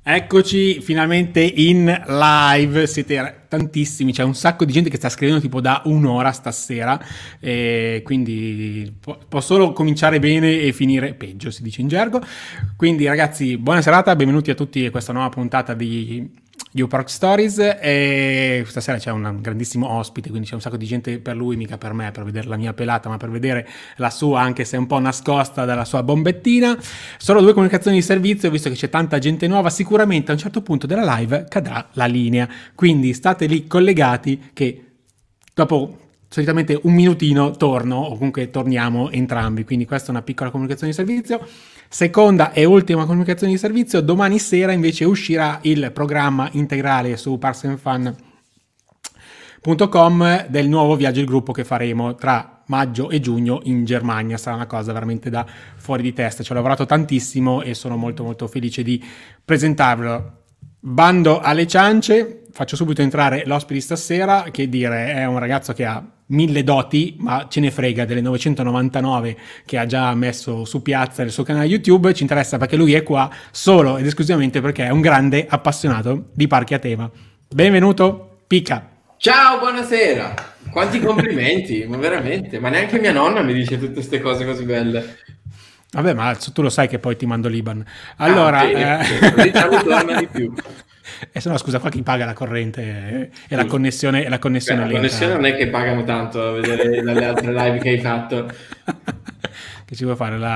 Eccoci finalmente in live, siete tantissimi, c'è un sacco di gente che sta scrivendo tipo da un'ora stasera, e quindi può solo cominciare bene e finire peggio, si dice in gergo. Quindi ragazzi, buona serata, benvenuti a tutti a questa nuova puntata di YouPark Stories, e stasera c'è un grandissimo ospite, quindi c'è un sacco di gente per lui, mica per me, per vedere la mia pelata, ma per vedere la sua, anche se è un po' nascosta dalla sua bombettina. Solo due comunicazioni di servizio, visto che c'è tanta gente nuova, sicuramente a un certo punto della live cadrà la linea, quindi state lì collegati che dopo solitamente un minutino torno, o comunque torniamo entrambi, quindi questa è una piccola comunicazione di servizio. Seconda e ultima comunicazione di servizio: domani sera invece uscirà il programma integrale su parksandfun.com del nuovo viaggio di gruppo che faremo tra maggio e giugno in Germania. Sarà una cosa veramente da fuori di testa, ci ho lavorato tantissimo e sono molto molto felice di presentarvelo. Bando alle ciance, faccio subito entrare l'ospite di stasera, che dire, è un ragazzo che ha 1000 doti, ma ce ne frega delle 999 che ha già messo su piazza il suo canale YouTube. Ci interessa perché lui è qua solo ed esclusivamente perché è un grande appassionato di parchi a tema. Benvenuto, Picca. Ciao, buonasera. Quanti complimenti, ma veramente, ma neanche mia nonna mi dice tutte queste cose così belle. Vabbè, ma tu lo sai che poi ti mando l'Iban. Allora, torna di più. E se no, scusa, qua chi paga la corrente e la connessione La connessione non è che pagano tanto a vedere dalle altre live che hai fatto. Che ci vuoi fare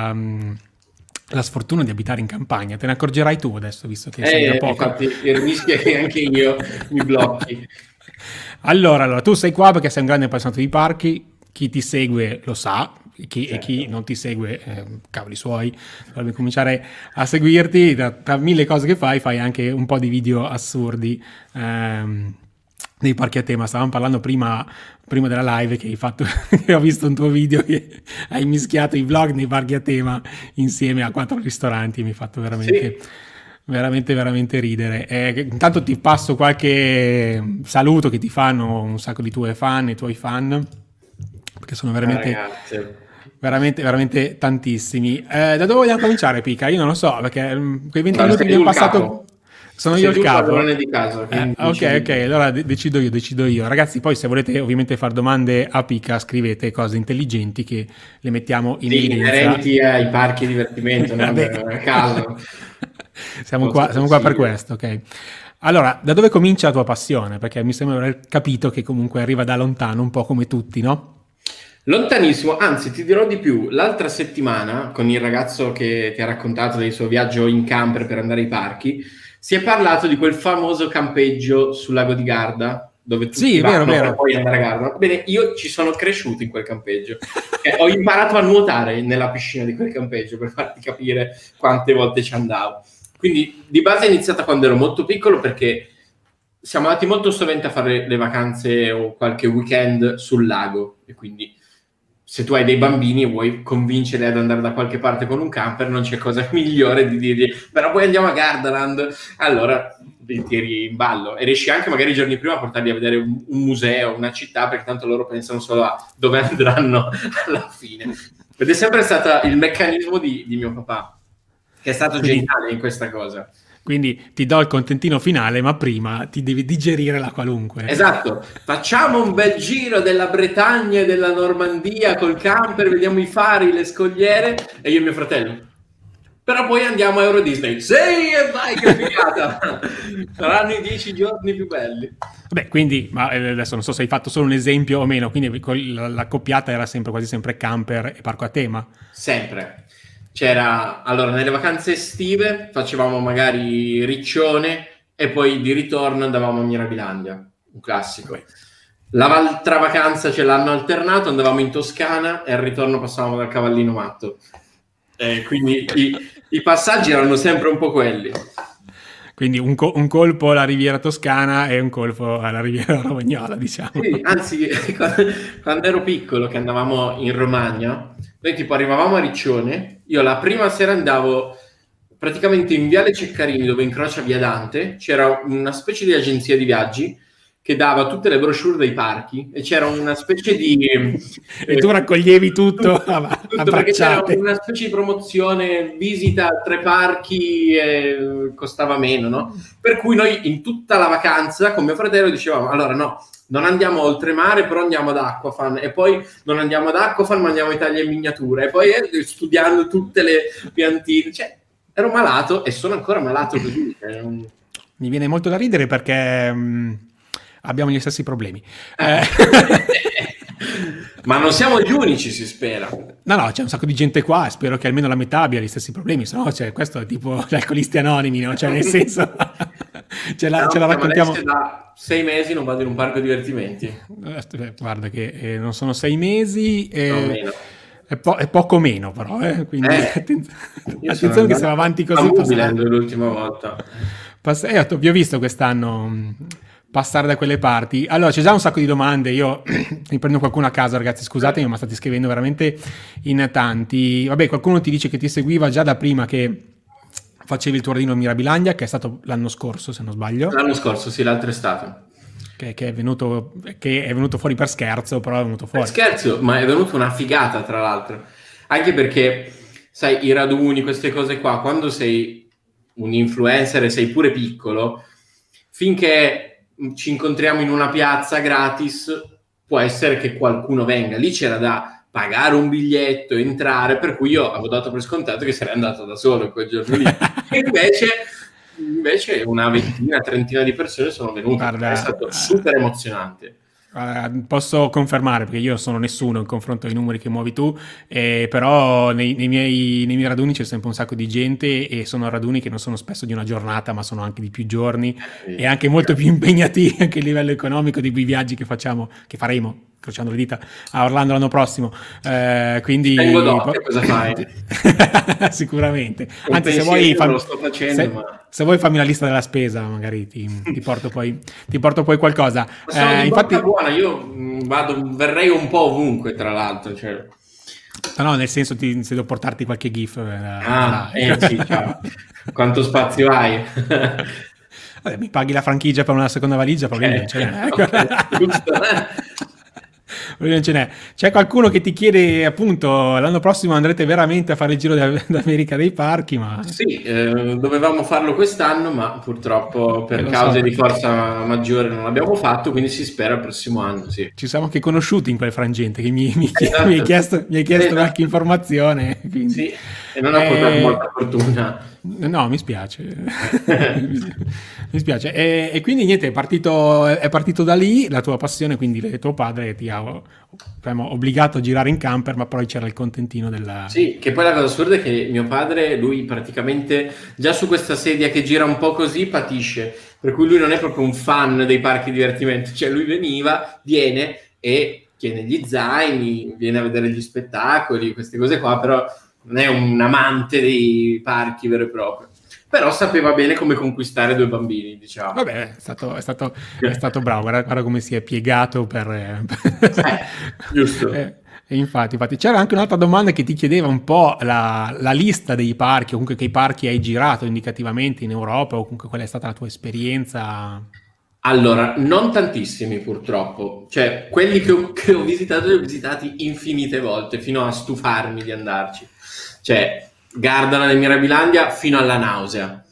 la sfortuna di abitare in campagna, te ne accorgerai tu adesso, visto che sei da poco. Infatti il rischio è che anche io mi blocchi. Allora, tu sei qua perché sei un grande appassionato di parchi, chi ti segue lo sa, e chi non ti segue, cavoli suoi, dovrebbe cominciare a seguirti. Tra mille cose che fai anche un po' di video assurdi dei parchi a tema. Stavamo parlando prima della live che hai fatto, che ho visto un tuo video che hai mischiato i vlog nei parchi a tema insieme a 4 ristoranti, mi ha fatto veramente... Sì. Veramente ridere. Intanto ti passo qualche saluto che ti fanno un sacco di tuoi fan, perché sono veramente tantissimi. Da dove vogliamo cominciare, Pica? Io non lo so, perché quei 20 minuti che abbiamo passato sono io il capo. Di caso, ok, allora decido io. Ragazzi, poi se volete ovviamente fare domande a Pica, scrivete cose intelligenti che le mettiamo in evidenza. Inerenti ai parchi divertimento, non a caso. Siamo qua per questo, ok. Allora, da dove comincia la tua passione? Perché mi sembra aver capito che comunque arriva da lontano, un po' come tutti, no? Lontanissimo, anzi ti dirò di più. L'altra settimana, con il ragazzo che ti ha raccontato del suo viaggio in camper per andare ai parchi, si è parlato di quel famoso campeggio sul lago di Garda, dove tutti vanno per poi andare a Garda. Bene, io ci sono cresciuto in quel campeggio. Ho imparato a nuotare nella piscina di quel campeggio, per farti capire quante volte ci andavo. Quindi di base è iniziata quando ero molto piccolo, perché siamo andati molto sovente a fare le vacanze o qualche weekend sul lago, e quindi se tu hai dei bambini e vuoi convincerli ad andare da qualche parte con un camper, non c'è cosa migliore di dirgli però poi andiamo a Gardaland, allora li tiri in ballo e riesci anche magari i giorni prima a portarli a vedere un museo, una città, perché tanto loro pensano solo a dove andranno alla fine. Ed è sempre stato il meccanismo di mio papà, che è stato geniale in questa cosa. Quindi ti do il contentino finale, ma prima ti devi digerire la qualunque. Esatto, facciamo un bel giro della Bretagna e della Normandia col camper, vediamo i fari, le scogliere, e io e mio fratello. Però poi andiamo a Euro Disney. Sì, e vai, che figata! Saranno i 10 giorni più belli. Beh, quindi, ma adesso non so se hai fatto solo un esempio o meno, quindi la coppiata era quasi sempre camper e parco a tema? Sempre. Allora, nelle vacanze estive facevamo magari Riccione e poi di ritorno andavamo a Mirabilandia, un classico. L'altra vacanza l'hanno alternato, andavamo in Toscana e al ritorno passavamo dal Cavallino Matto. Quindi i passaggi erano sempre un po' quelli. Quindi un colpo alla Riviera Toscana e un colpo alla Riviera Romagnola, diciamo. Sì, anzi, quando ero piccolo, che andavamo in Romagna, noi tipo arrivavamo a Riccione, io la prima sera andavo praticamente in Viale Ceccarini, dove incrocia Via Dante, c'era una specie di agenzia di viaggi che dava tutte le brochure dei parchi e c'era una specie di... e tu raccoglievi tutto, tutto perché c'era una specie di promozione, visita a 3 parchi e costava meno, no? Per cui noi in tutta la vacanza con mio fratello dicevamo, allora no, non andiamo oltremare, però andiamo ad Aquafan, e poi non andiamo ad Aquafan, ma andiamo a Italia in miniatura, e poi studiando tutte le piantine, cioè ero malato e sono ancora malato così. Mi viene molto da ridere perché abbiamo gli stessi problemi. Ma non siamo gli unici, si spera. No, c'è un sacco di gente qua e spero che almeno la metà abbia gli stessi problemi, se no questo è tipo gli alcolisti anonimi, no? Cioè nel senso ce la raccontiamo. Da 6 mesi non vado in un parco divertimenti. Guarda che non sono 6 mesi, meno. È poco meno però, quindi attenzione che siamo avanti così. L'ultima volta. Vi ho visto quest'anno passare da quelle parti. Allora c'è già un sacco di domande, io ne prendo qualcuno a caso, ragazzi, scusatemi, ma state scrivendo veramente in tanti. Vabbè, qualcuno ti dice che ti seguiva già da prima che facevi il tuo radino a Mirabilandia, che è stato l'anno scorso, se non sbaglio. L'anno scorso, sì, l'altro estate. Che è venuto fuori per scherzo, però è venuto fuori. Per scherzo, ma è venuta una figata, tra l'altro. Anche perché, sai, i raduni, queste cose qua, quando sei un influencer e sei pure piccolo, finché ci incontriamo in una piazza gratis, può essere che qualcuno venga. Lì c'era da pagare un biglietto, entrare, per cui io avevo dato per scontato che sarei andato da solo quel giorno lì. E invece una ventina, trentina di persone sono venute. Guarda, è stato super emozionante. Posso confermare, perché io sono nessuno in confronto ai numeri che muovi tu, però nei miei raduni c'è sempre un sacco di gente, e sono raduni che non sono spesso di una giornata, ma sono anche di più giorni e anche molto più impegnativi anche a livello economico di quei viaggi che faremo, crociando le dita, a Orlando l'anno prossimo. Quindi tengo d'occhio cosa fai. Sicuramente. Anzi, se vuoi lo sto facendo, se vuoi fammi la lista della spesa, magari ti porto poi qualcosa. Infatti buona, io verrei un po' ovunque, tra l'altro, cioè. No, nel senso se devo portarti qualche gif. Sì, ciao. Quanto spazio hai? Vabbè, mi paghi la franchigia per una seconda valigia, probabilmente non ce n'è. C'è qualcuno che ti chiede, appunto, l'anno prossimo andrete veramente a fare il giro d'America dei parchi? Ma sì, dovevamo farlo quest'anno, ma purtroppo per cause di forza maggiore non l'abbiamo fatto, quindi si spera il prossimo anno, sì. Ci siamo anche conosciuti in quel frangente, che mi hai chiesto qualche informazione. Quindi. Sì, e non ha portato molta fortuna. No, mi spiace. Mi spiace. E quindi niente, è partito da lì la tua passione, quindi tuo padre ti ha obbligato a girare in camper, ma poi c'era il contentino della... Sì, che poi la cosa assurda è che mio padre, lui praticamente già su questa sedia che gira un po' così patisce, per cui lui non è proprio un fan dei parchi divertimento, cioè lui viene e tiene gli zaini, viene a vedere gli spettacoli, queste cose qua, però non è un amante dei parchi vero e proprio. Però sapeva bene come conquistare 2 bambini, diciamo. Vabbè, è stato bravo, guarda come si è piegato per... giusto. E infatti, c'era anche un'altra domanda che ti chiedeva un po' la lista dei parchi, o comunque che i parchi hai girato indicativamente in Europa, o comunque qual è stata la tua esperienza... Allora, non tantissimi purtroppo, cioè quelli che ho visitato li ho visitati infinite volte, fino a stufarmi di andarci. Cioè, Gardaland e Mirabilandia fino alla nausea.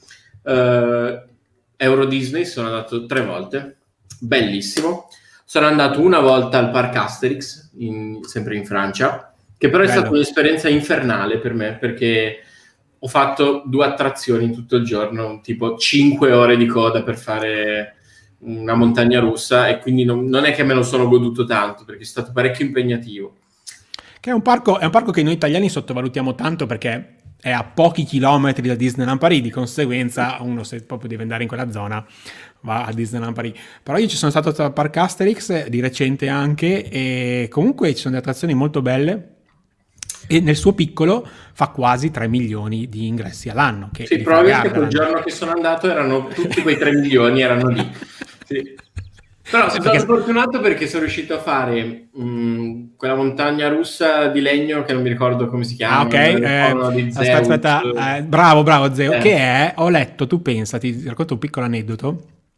Euro Disney sono andato 3 volte, bellissimo. Sono andato una volta al Parc Asterix, sempre in Francia, che però è stata un'esperienza infernale per me, perché ho fatto 2 attrazioni in tutto il giorno, tipo 5 ore di coda per fare una montagna russa, e quindi non è che me lo sono goduto tanto, perché è stato parecchio impegnativo. Che è un parco che noi italiani sottovalutiamo tanto, perché è a pochi chilometri da Disneyland Paris, di conseguenza uno, se proprio deve andare in quella zona, va a Disneyland Paris. Però io ci sono stato al Parc Asterix di recente anche, e comunque ci sono delle attrazioni molto belle, e nel suo piccolo fa quasi 3 milioni di ingressi all'anno. Che sì, probabilmente quel giorno che sono andato erano tutti quei 3 milioni erano lì. Sì. Però sono stato fortunato perché sono riuscito a fare quella montagna russa di legno che non mi ricordo come si chiama. Aspetta, bravo Zeo, che è, ho letto, tu pensa, ti racconto un piccolo aneddoto,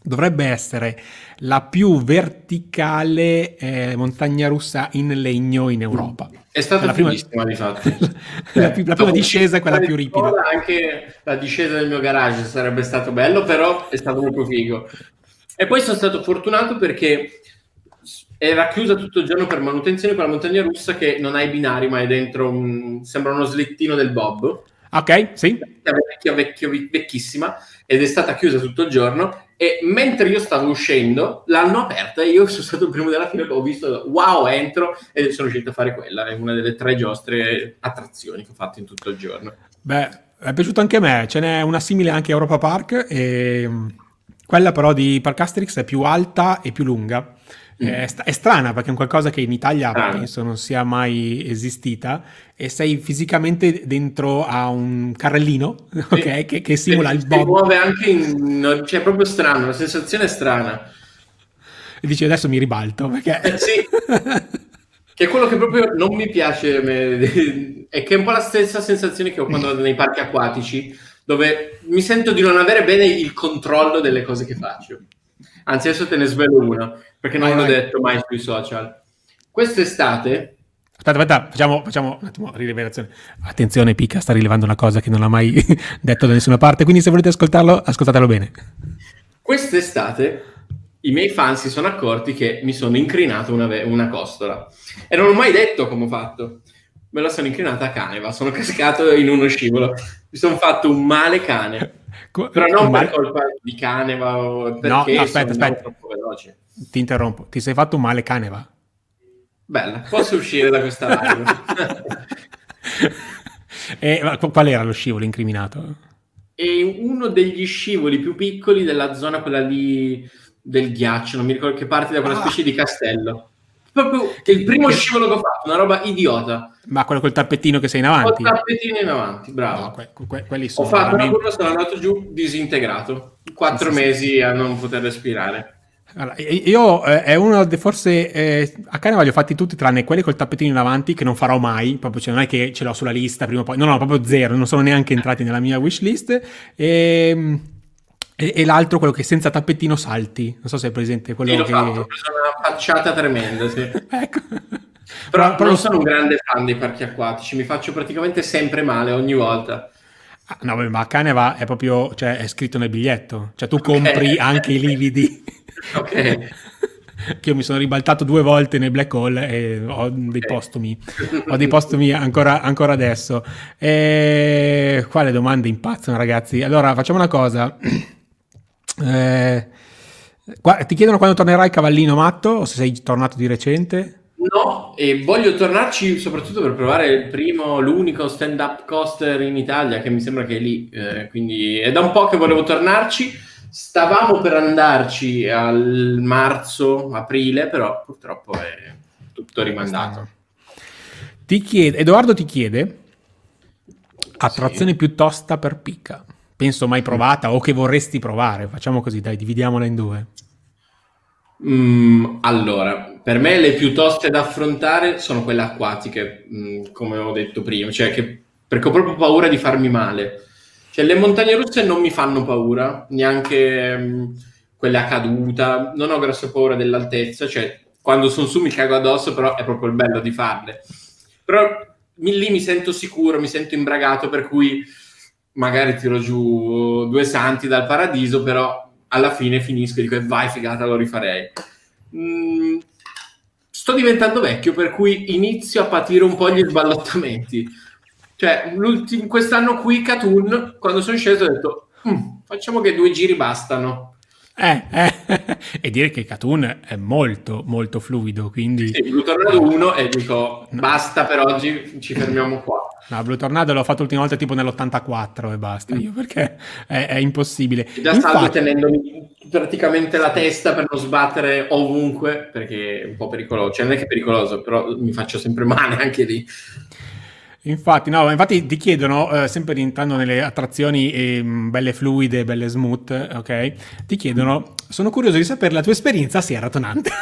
dovrebbe essere la più verticale montagna russa in legno in Europa. È stata La prima, fighissima, difatti. la prima discesa è quella più ripida. Anche la discesa del mio garage sarebbe stato bello, però è stato molto figo. E poi sono stato fortunato perché era chiusa tutto il giorno per manutenzione quella montagna russa che non ha i binari, ma è dentro sembra uno slittino del Bob. Ok, sì. Vecchissima, ed è stata chiusa tutto il giorno, e mentre io stavo uscendo l'hanno aperta e io sono stato il primo della fila, ho visto, wow, entro, e sono riuscito a fare quella. È una delle 3 giostre attrazioni che ho fatto in tutto il giorno. Beh, è piaciuto anche a me, ce n'è una simile anche a Europa Park, e quella però di Park Asterix è più alta e più lunga. È strana perché è un qualcosa che in Italia penso non sia mai esistita, e sei fisicamente dentro a un carrellino, okay, che simula il Bob. Si muove anche cioè è proprio strano, la sensazione è strana. E dici adesso mi ribalto perché... Sì, che è quello che proprio non mi piace, è che è un po' la stessa sensazione che ho quando vado nei parchi acquatici, dove mi sento di non avere bene il controllo delle cose che faccio. Anzi, adesso te ne svelo una, perché non l'ho detto mai sui social. Quest'estate... Aspetta, facciamo un attimo rivelazione. Attenzione, Picca sta rilevando una cosa che non ha mai detto da nessuna parte, quindi se volete ascoltarlo, ascoltatelo bene. Quest'estate i miei fan si sono accorti che mi sono incrinato una costola. E non ho mai detto come ho fatto. Me la sono incrinata a Caneva, sono cascato in uno scivolo. Mi sono fatto un male cane. Però non per colpa di Caneva o perché no, aspetta. troppo veloce. Ti interrompo. Ti sei fatto un male Caneva? Bella, posso uscire da questa live. Qual era lo scivolo incriminato? È uno degli scivoli più piccoli della zona quella lì del ghiaccio, non mi ricordo che parte da quella specie di castello. Proprio il primo scivolo che ho fatto, una roba idiota. Ma quello col tappettino che sei in avanti? Col tappetino in avanti, bravo. No, quelli sono ho fatto veramente... una curva, sono andato giù disintegrato. 4 mesi a non poter respirare. Allora, io è uno forse a Caneva li ho fatti tutti tranne quelli col tappetino in avanti, che non farò mai, proprio, cioè non è che ce l'ho sulla lista prima o poi, no, proprio zero, non sono neanche entrati nella mia wishlist, e l'altro, quello che senza tappetino salti, non so se è presente quello l'ho che... fatto, ho preso una facciata tremenda, sì. Ecco. Però non sono un grande fan dei parchi acquatici, mi faccio praticamente sempre male ogni volta. No, ma a Caneva è proprio, cioè è scritto nel biglietto, cioè tu compri anche i lividi. Ok. Che io mi sono ribaltato 2 volte nel black hole e ho dei postumi ancora adesso. Quale domande impazzano, ragazzi? Allora facciamo una cosa, ti chiedono quando tornerai Cavallino Matto, o se sei tornato di recente. No, e voglio tornarci soprattutto per provare l'unico stand-up coaster in Italia, che mi sembra che è lì, quindi è da un po' che volevo tornarci. Stavamo per andarci al marzo-aprile, però purtroppo è tutto rimandato. Edoardo ti chiede attrazione più tosta per Picca. Penso mai provata o che vorresti provare. Facciamo così, dai, dividiamola in 2. Allora, per me le più toste da affrontare sono quelle acquatiche, come ho detto prima, perché ho proprio paura di farmi male. Cioè, le montagne russe non mi fanno paura, neanche quelle a caduta, non ho grossa paura dell'altezza, cioè quando sono su mi cago addosso, però è proprio il bello di farle. Però lì mi sento sicuro, mi sento imbragato, per cui magari tiro giù 2 santi dal paradiso, però alla fine finisco e dico vai figata, lo rifarei. Sto diventando vecchio, per cui inizio a patire un po' gli sballottamenti. Cioè, quest'anno qui, Katun, quando sono sceso ho detto facciamo che 2 giri bastano. E dire che Katun è molto, molto fluido, quindi... Sì, Blue Tornado 1 e dico basta per oggi, ci fermiamo qua. No, Blue Tornado l'ho fatto l'ultima volta tipo nell'84 e basta, io, perché è impossibile. Già stavo tenendomi praticamente la testa per non sbattere ovunque, perché è un po' pericoloso. Cioè non è che è pericoloso, però mi faccio sempre male anche lì. Infatti ti chiedono, sempre rientrando nelle attrazioni belle fluide, belle smooth, ok? Ti chiedono, sono curioso di sapere la tua esperienza a Sierra Tonante.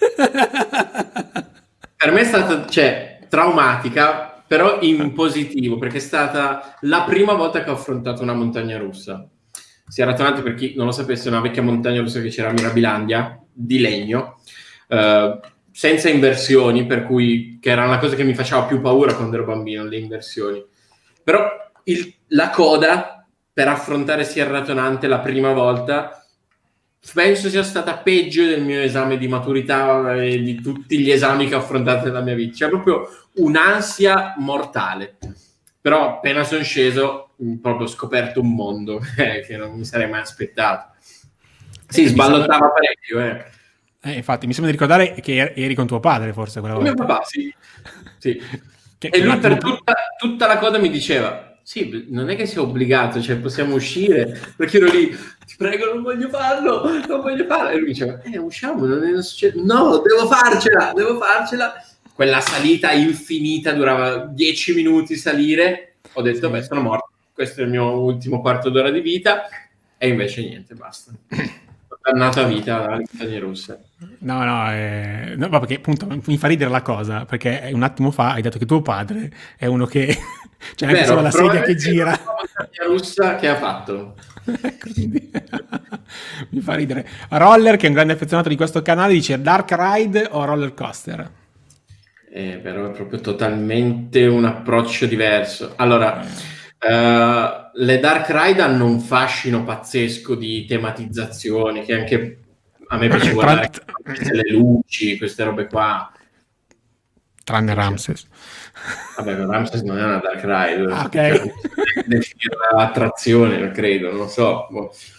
Per me è stata, traumatica, però in positivo, perché è stata la prima volta che ho affrontato una montagna russa. Sierra Tonante, per chi non lo sapesse, è una vecchia montagna russa che c'era a Mirabilandia, di legno, senza inversioni, per cui che era una cosa che mi faceva più paura quando ero bambino, le inversioni. Però la coda per affrontare Sierra Tonante la prima volta penso sia stata peggio del mio esame di maturità e di tutti gli esami che ho affrontato nella mia vita. C'è proprio un'ansia mortale. Però appena sono sceso, proprio ho scoperto un mondo che non mi sarei mai aspettato. Sì, sballottava parecchio. Infatti, mi sembra di ricordare che eri con tuo padre, forse, quella volta. Mio papà, sì. E lui per tutta la coda mi diceva: sì, non è che sia obbligato, cioè possiamo uscire, perché ero lì, ti prego, non voglio farlo. E lui diceva: usciamo, non succede. No, devo farcela. Quella salita infinita durava 10 minuti salire. Ho detto, beh, sono morto, questo è il mio ultimo quarto d'ora di vita. E invece niente, basta. Dannata vita alla montagna russa. No, perché appunto mi fa ridere la cosa, perché un attimo fa hai detto che tuo padre è uno che cioè anche solo la sedia che gira. La montagna russa che ha fatto. Quindi mi fa ridere. Roller, che è un grande affezionato di questo canale, dice Dark Ride o Roller Coaster? Però è proprio totalmente un approccio diverso. Allora, le Dark Ride hanno un fascino pazzesco di tematizzazione, che anche a me piace guardare le luci, queste robe qua. Tranne Ramses. Vabbè, Ramses non è una Dark Ride. Ok. Attrazione, credo, non lo so.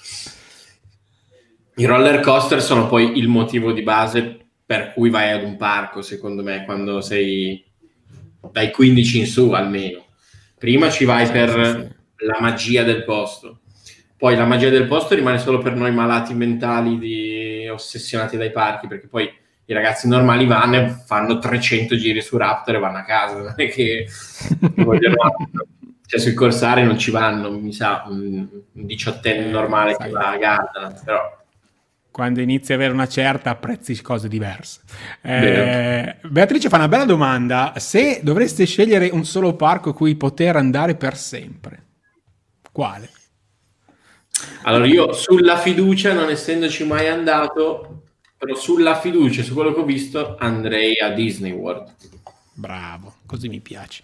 I roller coaster sono poi il motivo di base per cui vai ad un parco, secondo me, quando sei dai 15 in su almeno. Prima ci vai per la magia del posto, poi la magia del posto rimane solo per noi malati mentali ossessionati dai parchi, perché poi i ragazzi normali vanno e fanno 300 giri su Raptor e vanno a casa, non è che vogliono cioè sui corsari non ci vanno, mi sa, un 18enne normale che va a Gardaland, però quando inizi a avere una certa apprezzi cose diverse. Beatrice fa una bella domanda: se dovreste scegliere un solo parco a cui poter andare per sempre, quale? Allora io sulla fiducia, non essendoci mai andato, però sulla fiducia, su quello che ho visto, andrei a Disney World. Bravo, così mi piace.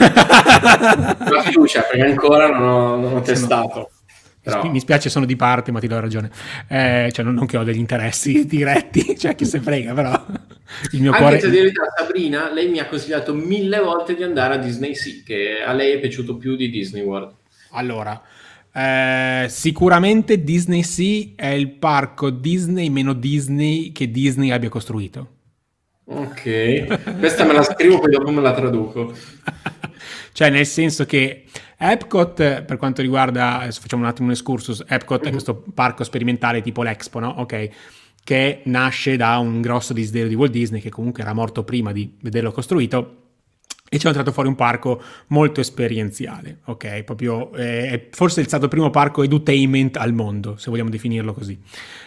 La fiducia, perché ancora non ho testato. Però... Mi spiace, sono di parte, ma ti do ragione. Cioè, non che ho degli interessi diretti, cioè chi se frega, però il mio cuore... Anche se di verità, Sabrina, lei mi ha consigliato 1000 volte di andare a Disney Sea, che a lei è piaciuto più di Disney World. Allora, sicuramente Disney Sea è il parco Disney meno Disney che Disney abbia costruito. Ok, questa me la scrivo, poi dopo me la traduco. Cioè, nel senso che Epcot, per quanto riguarda, adesso facciamo un attimo un excursus, Epcot è questo parco sperimentale tipo l'Expo, no? Ok, che nasce da un grosso desiderio di Walt Disney, che comunque era morto prima di vederlo costruito, e ci hanno tirato fuori un parco molto esperienziale, ok? Proprio, forse è stato il primo parco edutainment al mondo, se vogliamo definirlo così.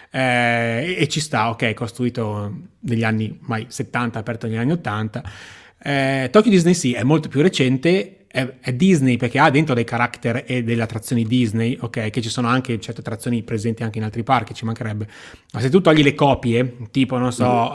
E ci sta, ok, costruito negli anni 70, aperto negli anni 80. Tokyo Disney Sea è molto più recente, è Disney perché ha dentro dei character e delle attrazioni Disney, ok, che ci sono anche certe attrazioni presenti anche in altri parchi, ci mancherebbe. Ma se tu togli le copie, tipo, non so,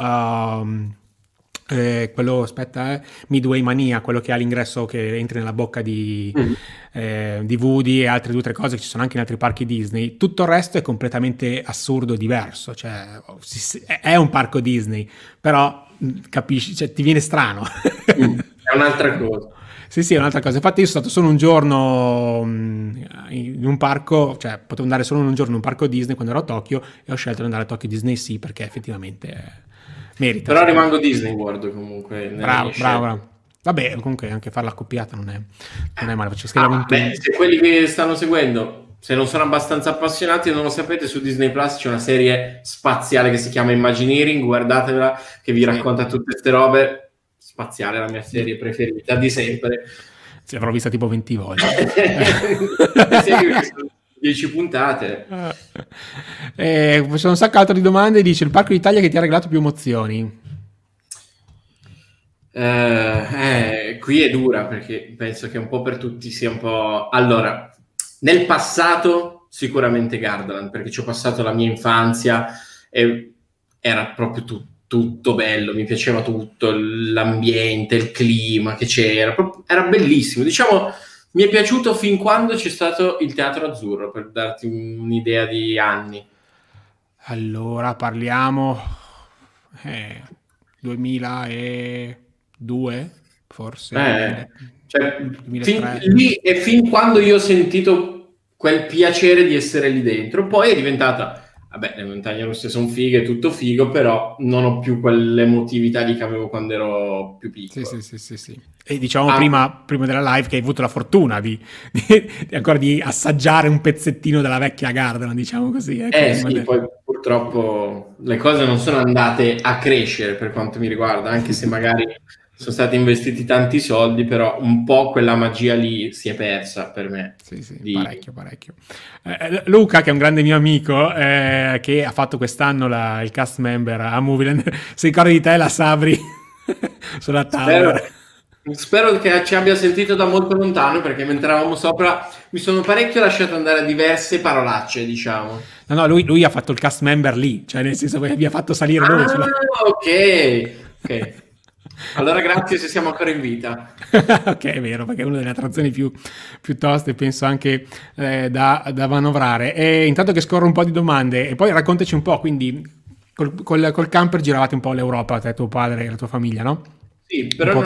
quello, aspetta, Midway Mania, quello che ha l'ingresso che entri nella bocca di Woody e altre 2 o 3 cose che ci sono anche in altri parchi Disney, tutto il resto è completamente assurdo e diverso, cioè è un parco Disney, però capisci, cioè ti viene strano. È un'altra cosa. Sì, è un'altra cosa. Infatti io sono stato solo un giorno in un parco, cioè potevo andare solo un giorno in un parco Disney quando ero a Tokyo, e ho scelto di andare a Tokyo Disney Sea perché effettivamente merita. Però rimango Disney World comunque. Bravo. Vabbè, comunque anche farla accoppiata non è male. Se quelli che stanno seguendo, se non sono abbastanza appassionati e non lo sapete, su Disney Plus c'è una serie spaziale che si chiama Imagineering, guardatela, che vi racconta tutte queste robe. Spaziale, la mia serie preferita di sempre. Sì, avrò vista tipo 20 volte. 10 puntate. C'è un sacco altro di domande. Dice: il parco d'Italia che ti ha regalato più emozioni? Qui è dura, perché penso che un po' per tutti sia un po'... Allora, nel passato sicuramente Gardaland, perché ci ho passato la mia infanzia e era proprio tutto bello, mi piaceva tutto, l'ambiente, il clima che c'era, era bellissimo. Diciamo, mi è piaciuto fin quando c'è stato il Teatro Azzurro, per darti un'idea di anni. Allora parliamo 2002, forse Cioè, 2003. lì e fin quando io ho sentito quel piacere di essere lì dentro, poi è diventata, vabbè, le montagne russe sono fighe, è tutto figo, però non ho più quell'emotività lì che avevo quando ero più piccolo. Sì. E diciamo prima della live che hai avuto la fortuna ancora di assaggiare un pezzettino della vecchia Gardaland, diciamo così. Sì, poi purtroppo le cose non sono andate a crescere per quanto mi riguarda, anche se magari sono stati investiti tanti soldi, però un po' quella magia lì si è persa per me. Sì, parecchio. Luca, che è un grande mio amico, che ha fatto quest'anno il cast member a Movieland, si ricorda di te la Sabri sulla tavola. Spero che ci abbia sentito da molto lontano, perché mentre eravamo sopra mi sono parecchio lasciato andare a diverse parolacce, diciamo. No, lui ha fatto il cast member lì, cioè nel senso che vi ha fatto salire lui. Ok. Allora grazie se siamo ancora in vita. Ok, è vero, perché è una delle attrazioni più toste, penso anche da manovrare. E intanto che scorro un po' di domande, e poi raccontaci un po', quindi col camper giravate un po' l'Europa, te, tuo padre e la tua famiglia, no? Sì, però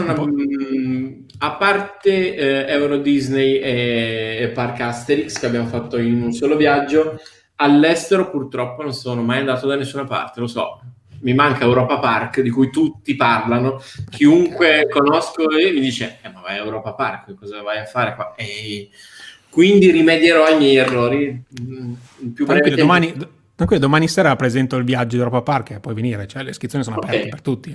a parte Euro Disney e Park Asterix che abbiamo fatto in un solo viaggio, all'estero purtroppo non sono mai andato da nessuna parte, lo so. Mi manca Europa Park, di cui tutti parlano, chiunque conosco mi dice ma vai a Europa Park, cosa vai a fare qua? E quindi rimedierò ai miei errori in più breve tempo. Domani sera presento il viaggio di Europa Park e puoi venire, cioè le iscrizioni sono aperte per tutti.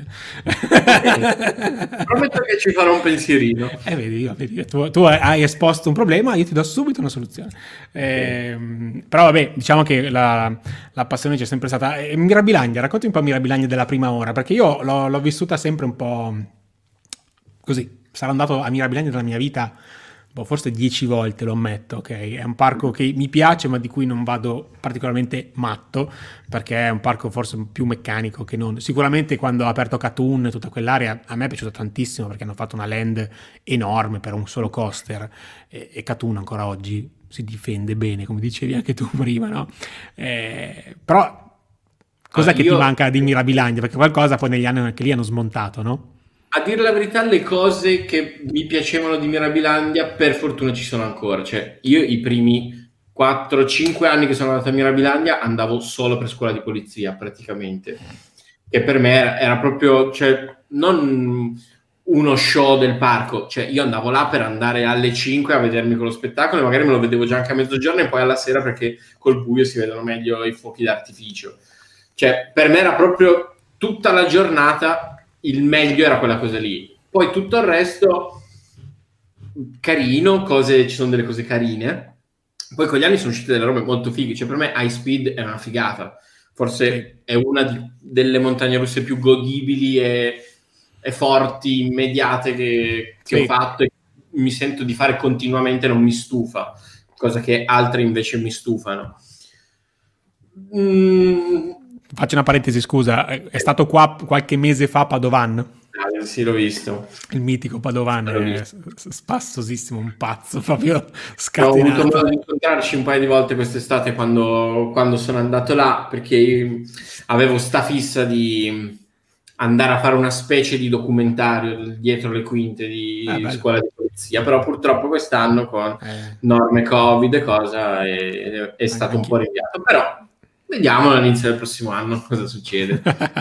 Prometto che ci farò un pensierino. Vedi, tu hai esposto un problema, io ti do subito una soluzione. Però vabbè, diciamo che la passione c'è sempre stata. Mirabilandia, racconti un po' Mirabilandia della prima ora, perché io l'ho vissuta sempre un po' così. Sarò andato a Mirabilandia nella mia vita forse 10 volte, lo ammetto, ok? È un parco che mi piace, ma di cui non vado particolarmente matto, perché è un parco forse più meccanico che non. Sicuramente quando ha aperto Katoon, tutta quell'area, a me è piaciuto tantissimo, perché hanno fatto una land enorme per un solo coaster, e Katoon ancora oggi si difende bene, come dicevi anche tu prima, no? Però cos'è che ti manca di Mirabilandia? Perché qualcosa poi negli anni anche lì hanno smontato, no? A dire la verità, le cose che mi piacevano di Mirabilandia per fortuna ci sono ancora. Cioè, io i primi 4-5 anni che sono andato a Mirabilandia andavo solo per scuola di polizia, praticamente. Che per me era proprio, cioè, non uno show del parco. Cioè, io andavo là per andare alle 5 a vedermi quello spettacolo e magari me lo vedevo già anche a mezzogiorno e poi alla sera, perché col buio si vedono meglio i fuochi d'artificio. Cioè, per me era proprio tutta la giornata... Il meglio era quella cosa lì. Poi tutto il resto carino, ci sono delle cose carine. Poi con gli anni sono uscite delle robe molto fighe. Cioè per me High Speed è una figata. Forse è una delle montagne russe più godibili e forti, immediate che ho fatto, e mi sento di fare continuamente, non mi stufa. Cosa che altre invece mi stufano. Faccio una parentesi, scusa, è stato qua qualche mese fa Padovan? Sì, l'ho visto. Il mitico Padovan è spassosissimo, un pazzo, proprio scatenato. Ho avuto modo di incontrarci un paio di volte quest'estate quando sono andato là, perché io avevo sta fissa di andare a fare una specie di documentario dietro le quinte di scuola di polizia, però purtroppo quest'anno con norme Covid e cosa è stato un po' rinviato, però vediamo all'inizio del prossimo anno cosa succede.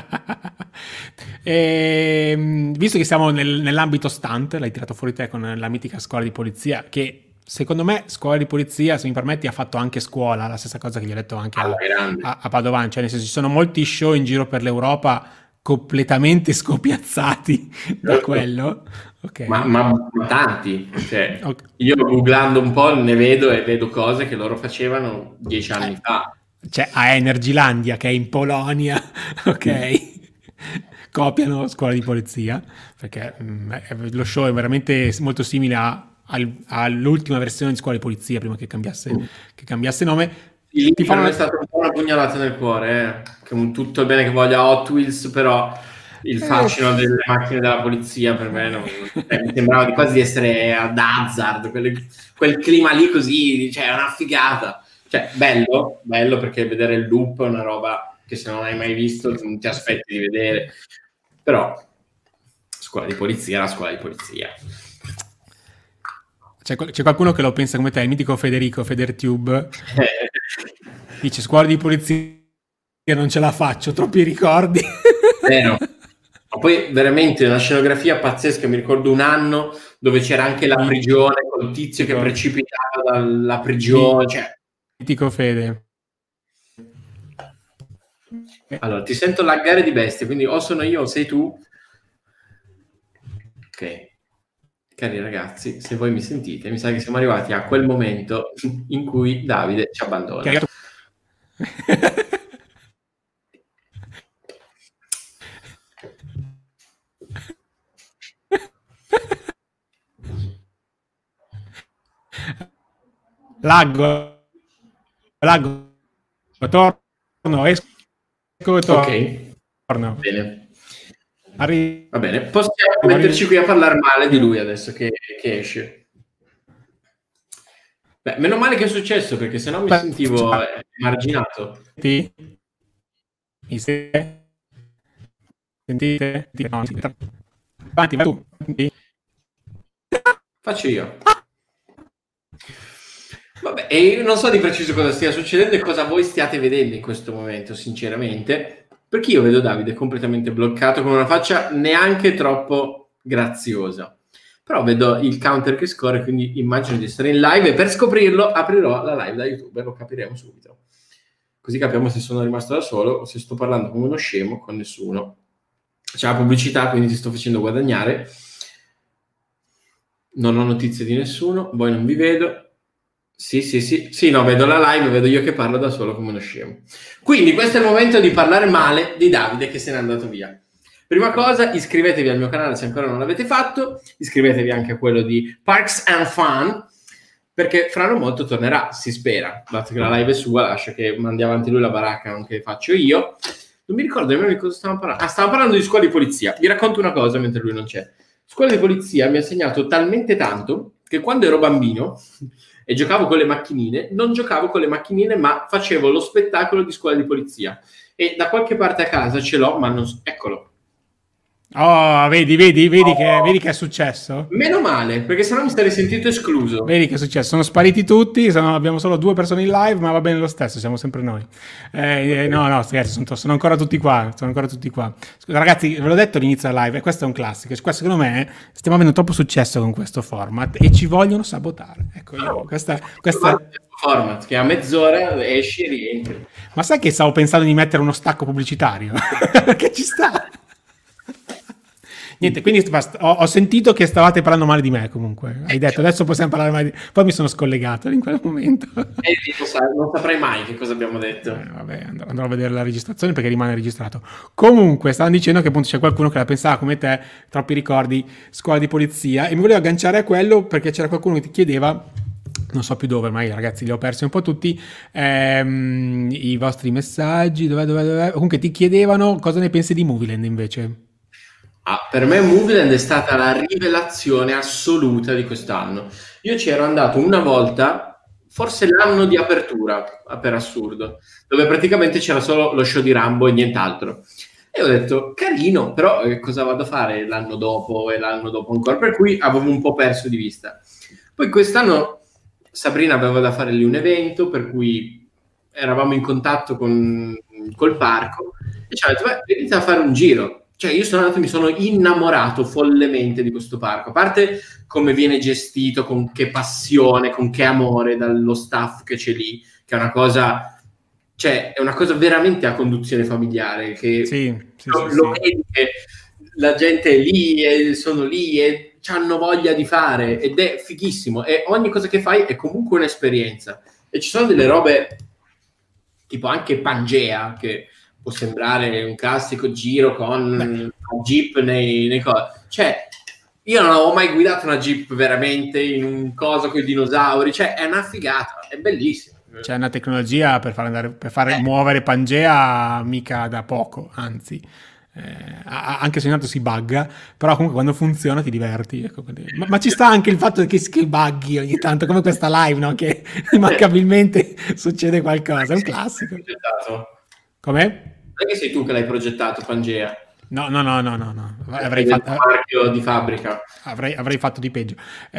Visto che siamo nell'ambito stunt, l'hai tirato fuori te con la mitica scuola di polizia, che secondo me scuola di polizia, se mi permetti, ha fatto anche scuola, la stessa cosa che gli ho detto anche a Padovan, cioè nel senso ci sono molti show in giro per l'Europa completamente scopiazzati da quello. Okay. Ma tanti, cioè, io googlando un po' ne vedo cose che loro facevano 10 anni fa. C'è a Energylandia che è in Polonia, ok? Copiano scuola di polizia, perché lo show è veramente molto simile a all'ultima versione di Scuola di Polizia, prima che cambiasse nome. Lì per me è stata un po' una pugnalata nel cuore, che tutto il bene che voglia Hot Wheels, però il fascino delle macchine della polizia per me mi sembrava quasi di essere ad Hazard, quel clima lì così, cioè è una figata. Cioè, bello perché vedere il loop è una roba che se non hai mai visto non ti aspetti di vedere, però Scuola di Polizia è la Scuola di Polizia. C'è qualcuno che lo pensa come te, il mitico Federico Federtube dice Scuola di Polizia non ce la faccio, troppi ricordi. Vero. Ma poi veramente una scenografia pazzesca, mi ricordo un anno dove c'era anche la prigione col tizio che precipitava dalla prigione, cioè... Mitico Fede. Allora, ti sento laggare di bestia, quindi o sono io o sei tu. Ok. Cari ragazzi, se voi mi sentite, mi sa che siamo arrivati a quel momento in cui Davide ci abbandona. Laggo, torno, esco e torno. Ok, bene. Va bene, possiamo metterci qui a parlare male di lui adesso che esce. Beh, meno male che è successo, perché sennò mi sentivo emarginato. Mi sentite? No, avanti, vai tu. Faccio io. Vabbè, e io non so di preciso cosa stia succedendo e cosa voi stiate vedendo in questo momento, sinceramente, perché io vedo Davide completamente bloccato con una faccia neanche troppo graziosa. Però vedo il counter che scorre, quindi immagino di essere in live e per scoprirlo aprirò la live da YouTube e lo capiremo subito. Così capiamo se sono rimasto da solo o se sto parlando come uno scemo con nessuno. C'è la pubblicità, quindi ti sto facendo guadagnare. Non ho notizie di nessuno, voi non vi vedo. Sì, no, vedo la live, vedo io che parlo da solo come uno scemo. Quindi questo è il momento di parlare male di Davide che se n'è andato via. Prima cosa, iscrivetevi al mio canale se ancora non l'avete fatto, iscrivetevi anche a quello di Parks and Fun, perché fra non molto tornerà, si spera, dato che la live è sua, lascia che mandi avanti lui la baracca, non che faccio io. Non mi ricordo nemmeno di cosa stavamo parlando. Stavo parlando di Scuola di Polizia. Vi racconto una cosa mentre lui non c'è. Scuola di Polizia mi ha insegnato talmente tanto che quando ero bambino e giocavo con le macchinine, non giocavo con le macchinine, ma facevo lo spettacolo di Scuola di Polizia. E da qualche parte a casa ce l'ho, ma non... Eccolo. Oh, vedi che è successo? Meno male, perché sennò mi sarei sentito escluso. Vedi che è successo? Sono spariti tutti, abbiamo solo 2 persone in live, ma va bene lo stesso, siamo sempre noi. No, scherzo, sono ancora tutti qua. Scusa, ragazzi, ve l'ho detto all'inizio della live, questo è un classico. Questo, secondo me, stiamo avendo troppo successo con questo format e ci vogliono sabotare. Ecco, questa... format che a mezz'ora esci e rientri. Ma sai che stavo pensando di mettere uno stacco pubblicitario? Che ci sta? Niente, quindi ho sentito che stavate parlando male di me comunque. Hai detto, adesso possiamo parlare male di... Poi mi sono scollegato in quel momento. Non saprai mai che cosa abbiamo detto. Vabbè, andrò a vedere la registrazione perché rimane registrato. Comunque, stavano dicendo che appunto c'è qualcuno che la pensava come te, troppi ricordi, Scuola di Polizia, e mi volevo agganciare a quello perché c'era qualcuno che ti chiedeva, non so più dove, ormai ragazzi li ho persi un po' tutti, i vostri messaggi, dov'è? Comunque ti chiedevano cosa ne pensi di Movieland invece. Per me Movieland è stata la rivelazione assoluta di quest'anno. Io ci ero andato una volta, forse l'anno di apertura, per assurdo, dove praticamente c'era solo lo show di Rambo e nient'altro. E ho detto, carino, però cosa vado a fare l'anno dopo e l'anno dopo ancora? Per cui avevo un po' perso di vista. Poi quest'anno Sabrina aveva da fare lì un evento, per cui eravamo in contatto col parco e ci ha detto, venite a fare un giro. Cioè io sono andato e mi sono innamorato follemente di questo parco, a parte come viene gestito, con che passione, con che amore dallo staff che c'è lì, che è una cosa, cioè è una cosa veramente a conduzione familiare, che lo vedi che la gente è lì e sono lì e hanno voglia di fare ed è fighissimo e ogni cosa che fai è comunque un'esperienza e ci sono delle robe tipo anche Pangea che può sembrare un classico giro con un jeep nei cose. Cioè, Io non avevo mai guidato una Jeep veramente in un coso con i dinosauri, cioè è una figata, è bellissimo. C'è una tecnologia per fare muovere Pangea mica da poco, anzi, anche se ogni tanto si bugga, però comunque quando funziona ti diverti. Ecco. Ma ci sta anche il fatto che buggi ogni tanto, come questa live, no? Che immancabilmente succede qualcosa, è un classico. Com'è? Non è che sei tu che l'hai progettato, Pangea. No. Avrei fatto un marchio di fabbrica. Avrei fatto di peggio.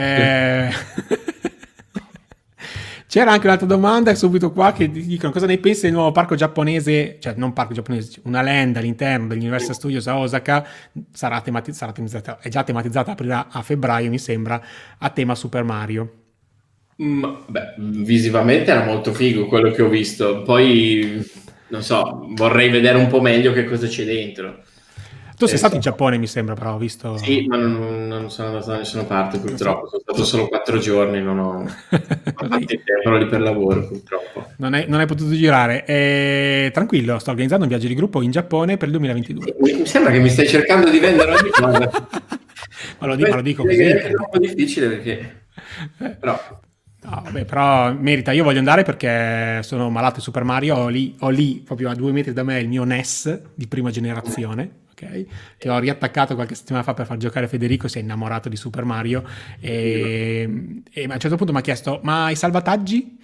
C'era anche un'altra domanda subito qua che dicono cosa ne pensi del nuovo parco giapponese, cioè non parco giapponese, una land all'interno dell'Universal Studios a Osaka, sarà tematizzata, è già tematizzata, aprirà a febbraio mi sembra, a tema Super Mario. Beh, visivamente era molto figo quello che ho visto, poi non so, vorrei vedere un po' meglio che cosa c'è dentro. Tu sei stato in Giappone, mi sembra, però ho visto... Sì, ma non sono andato da nessuna parte, purtroppo. Sono stato solo 4 giorni, non ho fatto il tempo lì per lavoro, purtroppo. Non hai potuto girare. Tranquillo, sto organizzando un viaggio di gruppo in Giappone per il 2022. Mi sembra che mi stai cercando di vendere ogni cosa. ma lo dico così. È un po' difficile perché... Però... No, vabbè, però merita. Io voglio andare perché sono malato di Super Mario. Ho lì proprio a 2 metri da me il mio NES di prima generazione. Okay, che ho riattaccato qualche settimana fa per far giocare Federico, si è innamorato di Super Mario e a un certo punto mi ha chiesto ma i salvataggi?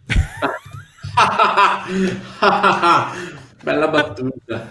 Bella battuta.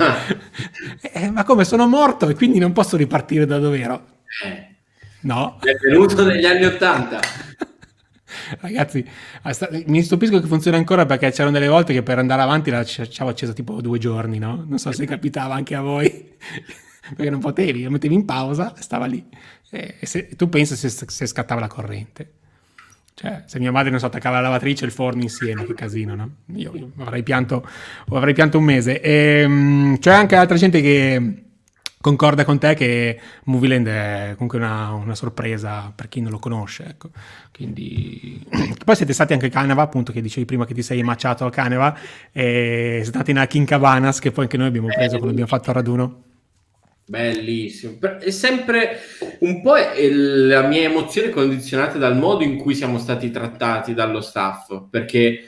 Ma come sono morto e quindi non posso ripartire da dove ero? No, è venuto negli anni '80. Ragazzi, mi stupisco che funziona ancora perché c'erano delle volte che per andare avanti la c'avevo accesa tipo 2 giorni, no? Non so se capitava anche a voi, perché non potevi, lo mettevi in pausa, stava lì. E tu pensi se scattava la corrente. Cioè, se mia madre non so, attaccava la lavatrice e il forno insieme, che casino, no? Io avrei pianto un mese. C'è anche altra gente che concorda con te che Movieland è comunque una sorpresa per chi non lo conosce, ecco. Quindi poi siete stati anche a Caneva, appunto, che dicevi prima che ti sei macciato a Caneva, e siete stati in King Cabanas, che poi anche noi abbiamo preso quando abbiamo fatto il raduno. Bellissimo, è sempre un po' la mia emozione condizionata dal modo in cui siamo stati trattati dallo staff, perché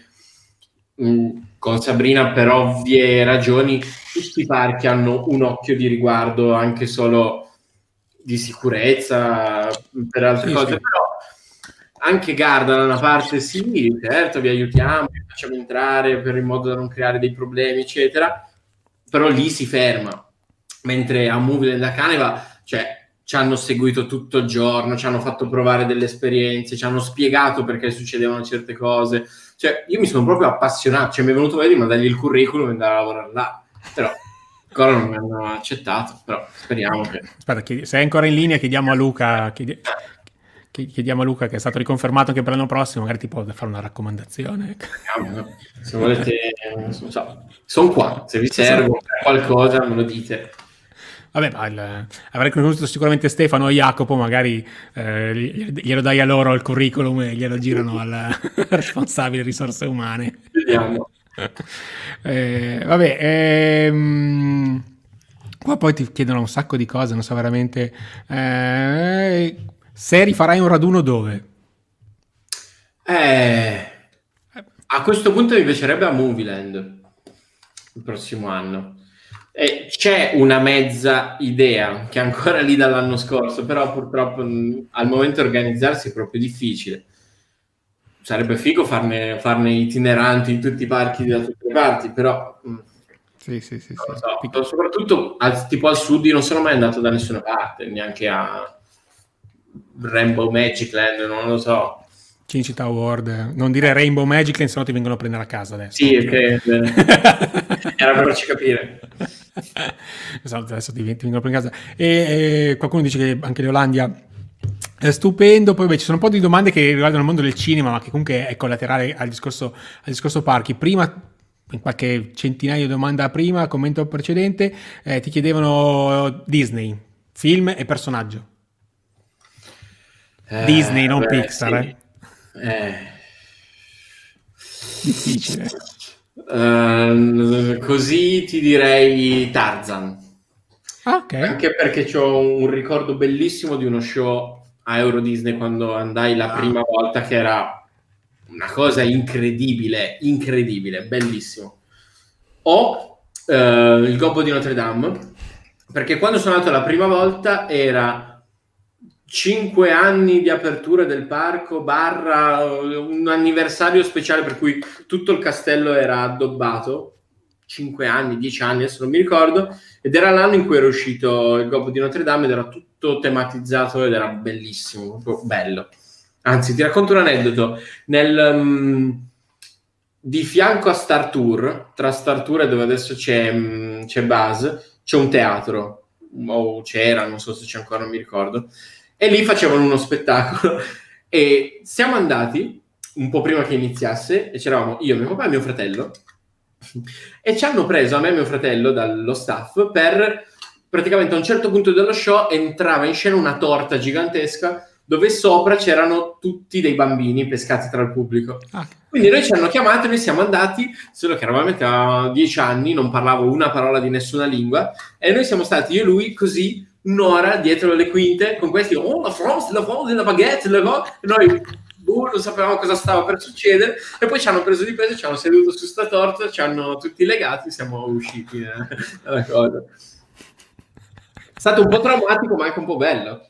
con Sabrina per ovvie ragioni tutti i parchi hanno un occhio di riguardo anche solo di sicurezza per altre cose, sì. Però anche Garda da una parte sì, certo vi aiutiamo, vi facciamo entrare per in modo da non creare dei problemi eccetera, però lì si ferma. Mentre a Movieland da Caneva, cioè, ci hanno seguito tutto il giorno, ci hanno fatto provare delle esperienze, ci hanno spiegato perché succedevano certe cose. Cioè, io mi sono proprio appassionato, cioè mi è venuto voglia di mandargli il curriculum e andare a lavorare là. Però ancora non mi hanno accettato, però speriamo che... Aspetta, se è ancora in linea chiediamo a Luca... Chiediamo a Luca, che è stato riconfermato anche per l'anno prossimo, magari ti può fare una raccomandazione. Se volete, sono qua, se vi serve qualcosa me lo dite. Vabbè, ma avrei conosciuto sicuramente Stefano o Jacopo, magari glielo dai a loro il curriculum e glielo girano al responsabile risorse umane. Vediamo. Qua poi ti chiedono un sacco di cose, non so veramente... se rifarai un raduno dove? A questo punto mi piacerebbe a Movieland il prossimo anno. C'è una mezza idea che è ancora lì dall'anno scorso, però purtroppo al momento organizzarsi è proprio difficile. Sarebbe figo farne itineranti in tutti i parchi da tutte le parti, però sì. So. Soprattutto tipo al sud io non sono mai andato da nessuna parte, neanche a Rainbow Magic Land, non lo so. Cinecittà World, non dire Rainbow Magic Land, se no ti vengono a prendere a casa adesso. Sì, ok. Era per farci capire. Esatto, adesso ti vengono a prendere a casa. E qualcuno dice che anche l'Olanda è stupendo. Poi ci sono un po' di domande che riguardano il mondo del cinema, ma che comunque è collaterale al discorso parchi. Prima, in qualche centinaio di domande prima, commento precedente, ti chiedevano Disney, film e personaggio. Disney, non Pixar, sì. Difficile. Così ti direi Tarzan. Ah, ok. Anche perché ho un ricordo bellissimo di uno show a Euro Disney quando andai la prima volta, che era una cosa incredibile, bellissimo. O il Gobbo di Notre Dame, perché quando sono andato la prima volta era 5 anni di apertura del parco barra un anniversario speciale per cui tutto il castello era addobbato. 5 anni, 10 anni, adesso non mi ricordo, ed era l'anno in cui era uscito il Gobbo di Notre Dame ed era tutto tematizzato ed era bellissimo, proprio bello. Anzi, ti racconto un aneddoto. Di fianco a Star Tour, tra Star Tour e dove adesso c'è Buzz, c'è un teatro, o c'era, non so se c'è ancora, non mi ricordo, e lì facevano uno spettacolo e siamo andati un po' prima che iniziasse e c'eravamo io, mio papà e mio fratello e ci hanno preso a me e mio fratello dallo staff per praticamente a un certo punto dello show entrava in scena una torta gigantesca dove sopra c'erano tutti dei bambini pescati tra il pubblico. Quindi noi ci hanno chiamato e noi siamo andati, solo che eravamo a 10 anni, non parlavo una parola di nessuna lingua, e noi siamo stati io e lui così un'ora dietro le quinte con questi la France, la baguette, e noi non sapevamo cosa stava per succedere, e poi ci hanno preso di peso, ci hanno seduto su sta torta, ci hanno tutti legati, siamo usciti dalla cosa. È stato un po' traumatico ma anche un po' bello.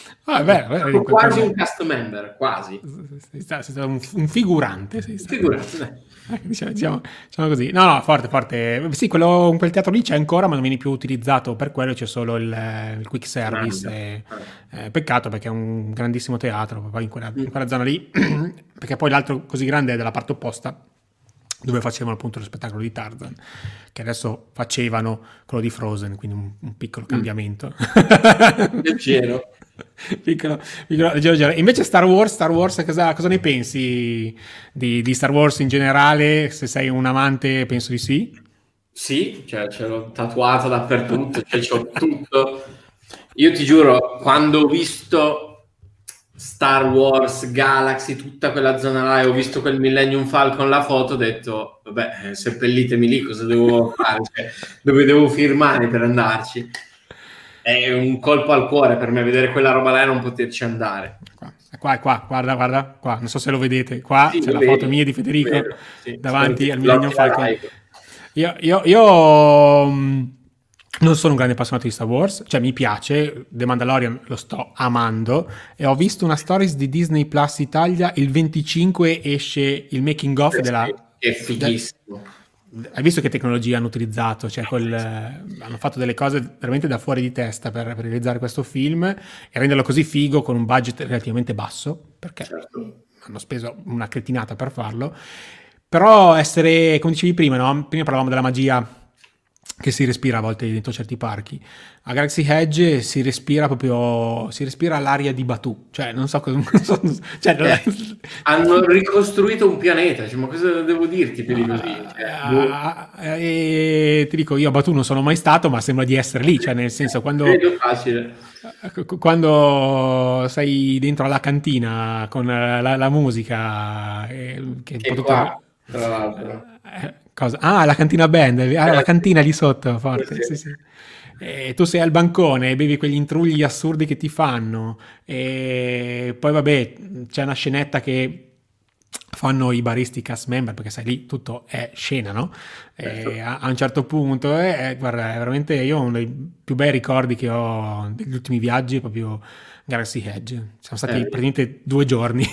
Quasi un cast member, quasi. Sei stato un figurante. Figurante. Diciamo così. No, forte. Sì, quel teatro lì c'è ancora, ma non viene più utilizzato per quello, c'è solo il quick service. Peccato, perché è un grandissimo teatro, poi in quella zona lì, perché poi l'altro così grande è dalla parte opposta, dove facevano appunto lo spettacolo di Tarzan, che adesso facevano quello di Frozen, quindi un piccolo cambiamento. Leggero. Piccolo. Invece Star Wars, cosa ne pensi di Star Wars in generale? Se sei un amante, penso di sì. Sì, cioè ce l'ho tatuato dappertutto, cioè c'ho tutto. Io ti giuro, quando ho visto Star Wars, Galaxy, tutta quella zona là, e ho visto quel Millennium Falcon, la foto, ho detto, vabbè, seppellitemi lì, cosa devo fare? Cioè, dove devo firmare per andarci? È un colpo al cuore per me vedere quella roba là e non poterci andare. Qua, guarda, qua, non so se lo vedete, qua sì, c'è la foto mia di Federico davanti al Millennium Falcon. Io non sono un grande appassionato di Star Wars, cioè mi piace, The Mandalorian lo sto amando, e ho visto una stories di Disney Plus Italia, il 25 esce il making of della... È fighissimo. Hai visto che tecnologia hanno utilizzato? Cioè hanno fatto delle cose veramente da fuori di testa per realizzare questo film e renderlo così figo con un budget relativamente basso, perché hanno speso una cretinata per farlo. Però essere, come dicevi prima, no? Prima parlavamo della magia che si respira a volte dentro certi parchi. A Galaxy Edge si respira l'aria di Batuu, cioè non so cosa... hanno ricostruito un pianeta, cioè, ma cosa devo dirti più di così? Ti dico, io a Batuu non sono mai stato, ma sembra di essere lì, cioè nel senso quando sei dentro alla cantina con la musica che è qua, tra l'altro. Cosa? Ah, la cantina band, la cantina lì sotto, forte, sì. E tu sei al bancone e bevi quegli intrugli assurdi che ti fanno, e poi vabbè c'è una scenetta che fanno i baristi cast member, perché sai lì tutto è scena, no? A un certo punto guarda, è veramente, io ho uno dei più bei ricordi che ho degli ultimi viaggi, proprio Galaxy Edge, siamo stati praticamente 2 giorni.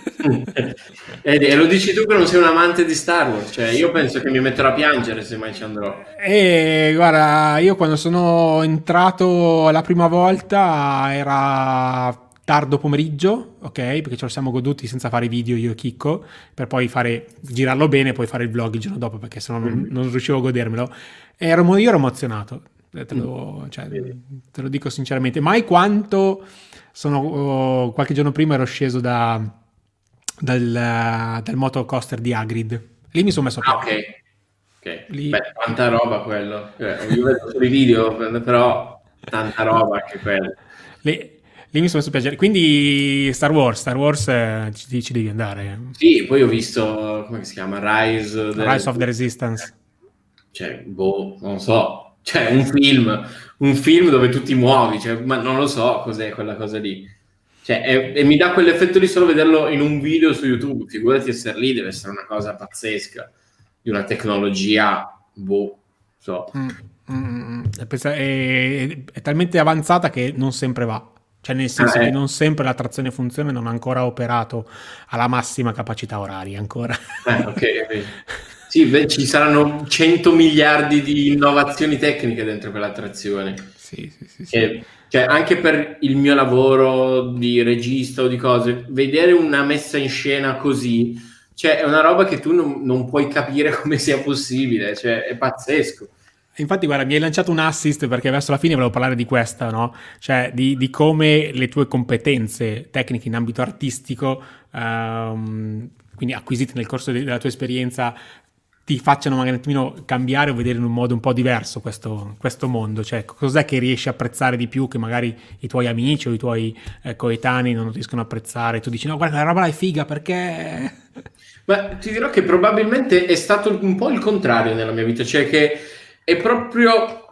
E lo dici tu che non sei un amante di Star Wars, cioè io penso che mi metterò a piangere se mai ci andrò. Guarda, io quando sono entrato la prima volta era tardo pomeriggio, ok? Perché ce lo siamo goduti senza fare video io e Chicco, per poi girarlo bene e poi fare il vlog il giorno dopo, perché sennò non riuscivo a godermelo. Io ero emozionato, te lo dico sinceramente. Mai quanto qualche giorno prima ero sceso dal motocoaster di Hagrid. Lì mi sono messo a piangere. Ok. Lì... Beh, tanta roba quello. Io vedo solo i video, però tanta roba anche quello. Lì mi sono messo a piacere. Quindi Star Wars ci devi andare. Sì, poi ho visto, come si chiama? Rise of the Resistance. Cioè, non so. Cioè, un film dove tu ti muovi, cioè, ma non lo so cos'è quella cosa lì. Cioè, e mi dà quell'effetto lì solo vederlo in un video su YouTube. Figurati essere lì, deve essere una cosa pazzesca, di una tecnologia, boh, so. È talmente avanzata che non sempre va. Cioè, nel senso che non sempre la trazione funziona e non ha ancora operato alla massima capacità oraria ancora. Ok. Sì, beh, ci saranno 100 miliardi di innovazioni tecniche dentro quella trazione. Sì. Cioè, anche per il mio lavoro di regista o di cose, vedere una messa in scena così, cioè, è una roba che tu non puoi capire come sia possibile, cioè, è pazzesco. Infatti, guarda, mi hai lanciato un assist perché verso la fine volevo parlare di questa, no? Cioè, di come le tue competenze tecniche in ambito artistico, quindi acquisite nel corso della tua esperienza, ti facciano magari un attimino cambiare o vedere in un modo un po' diverso questo mondo. Cioè, cos'è che riesci a apprezzare di più che magari i tuoi amici o i tuoi coetanei non riescono a apprezzare? Tu dici, no, guarda, la roba là è figa perché... Ma ti dirò che probabilmente è stato un po' il contrario nella mia vita, cioè che è proprio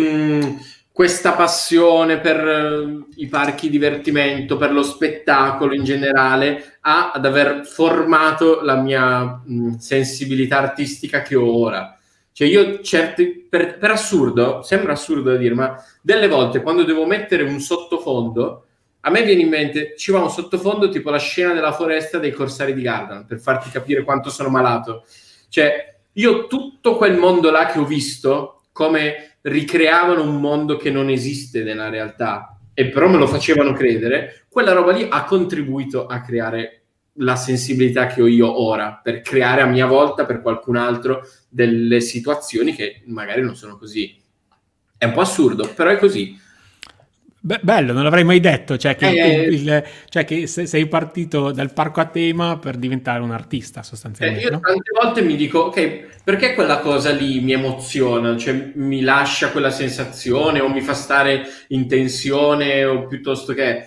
questa passione per i parchi divertimento, per lo spettacolo in generale, ad aver formato la mia sensibilità artistica che ho ora. Cioè io per assurdo, sembra assurdo da dire, ma delle volte quando devo mettere un sottofondo, a me viene in mente, ci va un sottofondo tipo la scena della foresta dei Corsari di Gardaland, per farti capire quanto sono malato. Cioè, io tutto quel mondo là che ho visto, come ricreavano un mondo che non esiste nella realtà, e però me lo facevano credere, quella roba lì ha contribuito a creare la sensibilità che ho io ora, per creare a mia volta per qualcun altro delle situazioni che magari non sono così. È un po' assurdo, però è così. Beh, bello, non l'avrei mai detto, cioè che sei partito dal parco a tema per diventare un artista sostanzialmente. Io tante volte mi dico, ok, perché quella cosa lì mi emoziona, cioè mi lascia quella sensazione o mi fa stare in tensione o piuttosto che...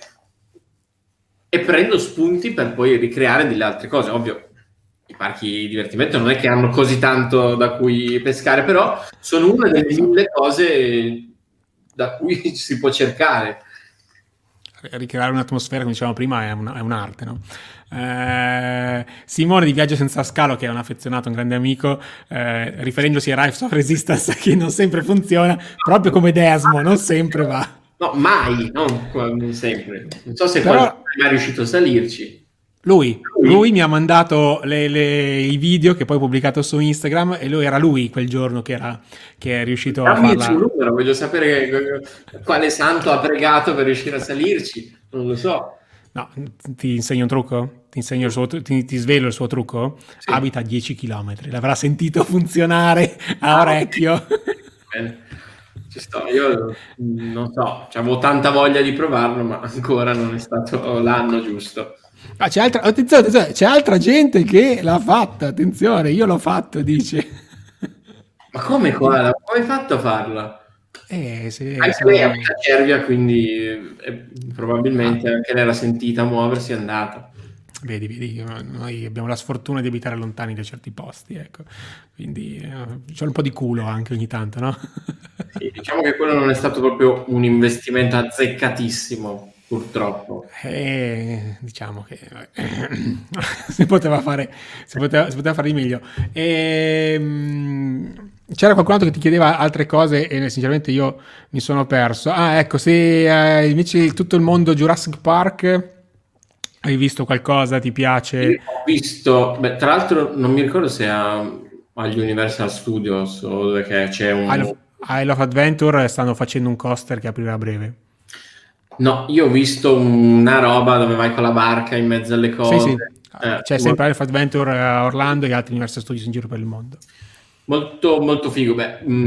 E prendo spunti per poi ricreare delle altre cose. Ovvio, i parchi di divertimento non è che hanno così tanto da cui pescare, però sono una delle mille cose da cui si può cercare. Ricreare un'atmosfera, come dicevamo prima, è un'arte, no? Simone di Viaggio Senza Scalo, che è un affezionato, un grande amico, riferendosi a Rise of Resistance, che non sempre funziona, proprio come Desmo, non sempre va. No, mai, non sempre. Non so se qualcuno è mai riuscito a salirci. Lui mi ha mandato i video che poi ho pubblicato su Instagram e era lui quel giorno che è riuscito a farla. Il suo numero, voglio sapere quale santo ha pregato per riuscire a salirci, non lo so. No, ti insegno un trucco? Ti svelo il suo trucco? Sì. Abita a 10 km, l'avrà sentito funzionare a orecchio. Bene. Ci sto, io non so, avevo tanta voglia di provarlo, ma ancora non è stato l'anno giusto. Ah, attenzione, c'è altra gente che l'ha fatta, attenzione, io l'ho fatto, dice. Ma come qua? Come hai fatto a farla? Anche lei abita a Cervia, quindi probabilmente anche lei l'ha sentita muoversi è andata. Vedi, noi abbiamo la sfortuna di abitare lontani da certi posti, ecco, quindi c'è un po' di culo anche ogni tanto, no? Sì, diciamo che quello non è stato proprio un investimento azzeccatissimo, purtroppo. Diciamo che si poteva fare di meglio. C'era qualcun altro che ti chiedeva altre cose e sinceramente io mi sono perso. Ah, ecco, se invece tutto il mondo Jurassic Park... Hai visto qualcosa? Ti piace? Io ho visto, tra l'altro non mi ricordo se agli Universal Studios o dove c'è un... Isle of Adventure stanno facendo un coaster che aprirà a breve. No, io ho visto una roba dove vai con la barca in mezzo alle cose. Sì. C'è sempre Isle of Adventure a Orlando e altri Universal Studios in giro per il mondo. Molto, molto figo.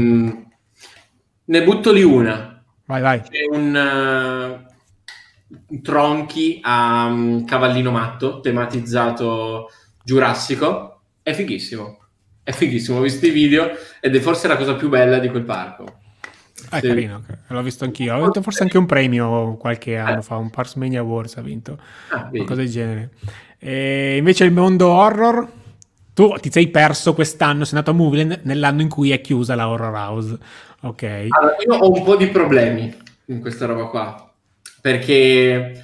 Ne butto lì una. Vai. C'è un tronchi a cavallino matto tematizzato giurassico. È fighissimo, ho visto i video ed è forse la cosa più bella di quel parco. È carino, l'ho visto anch'io. Ha vinto forse anche un premio qualche anno fa, un Parksmania Awards ha vinto, qualcosa del genere. E invece il mondo horror? tu ti sei perso quest'anno, sei andato a Movieland nell'anno in cui è chiusa la Horror House, ok? Allora, io ho un po' di problemi in questa roba qua, perché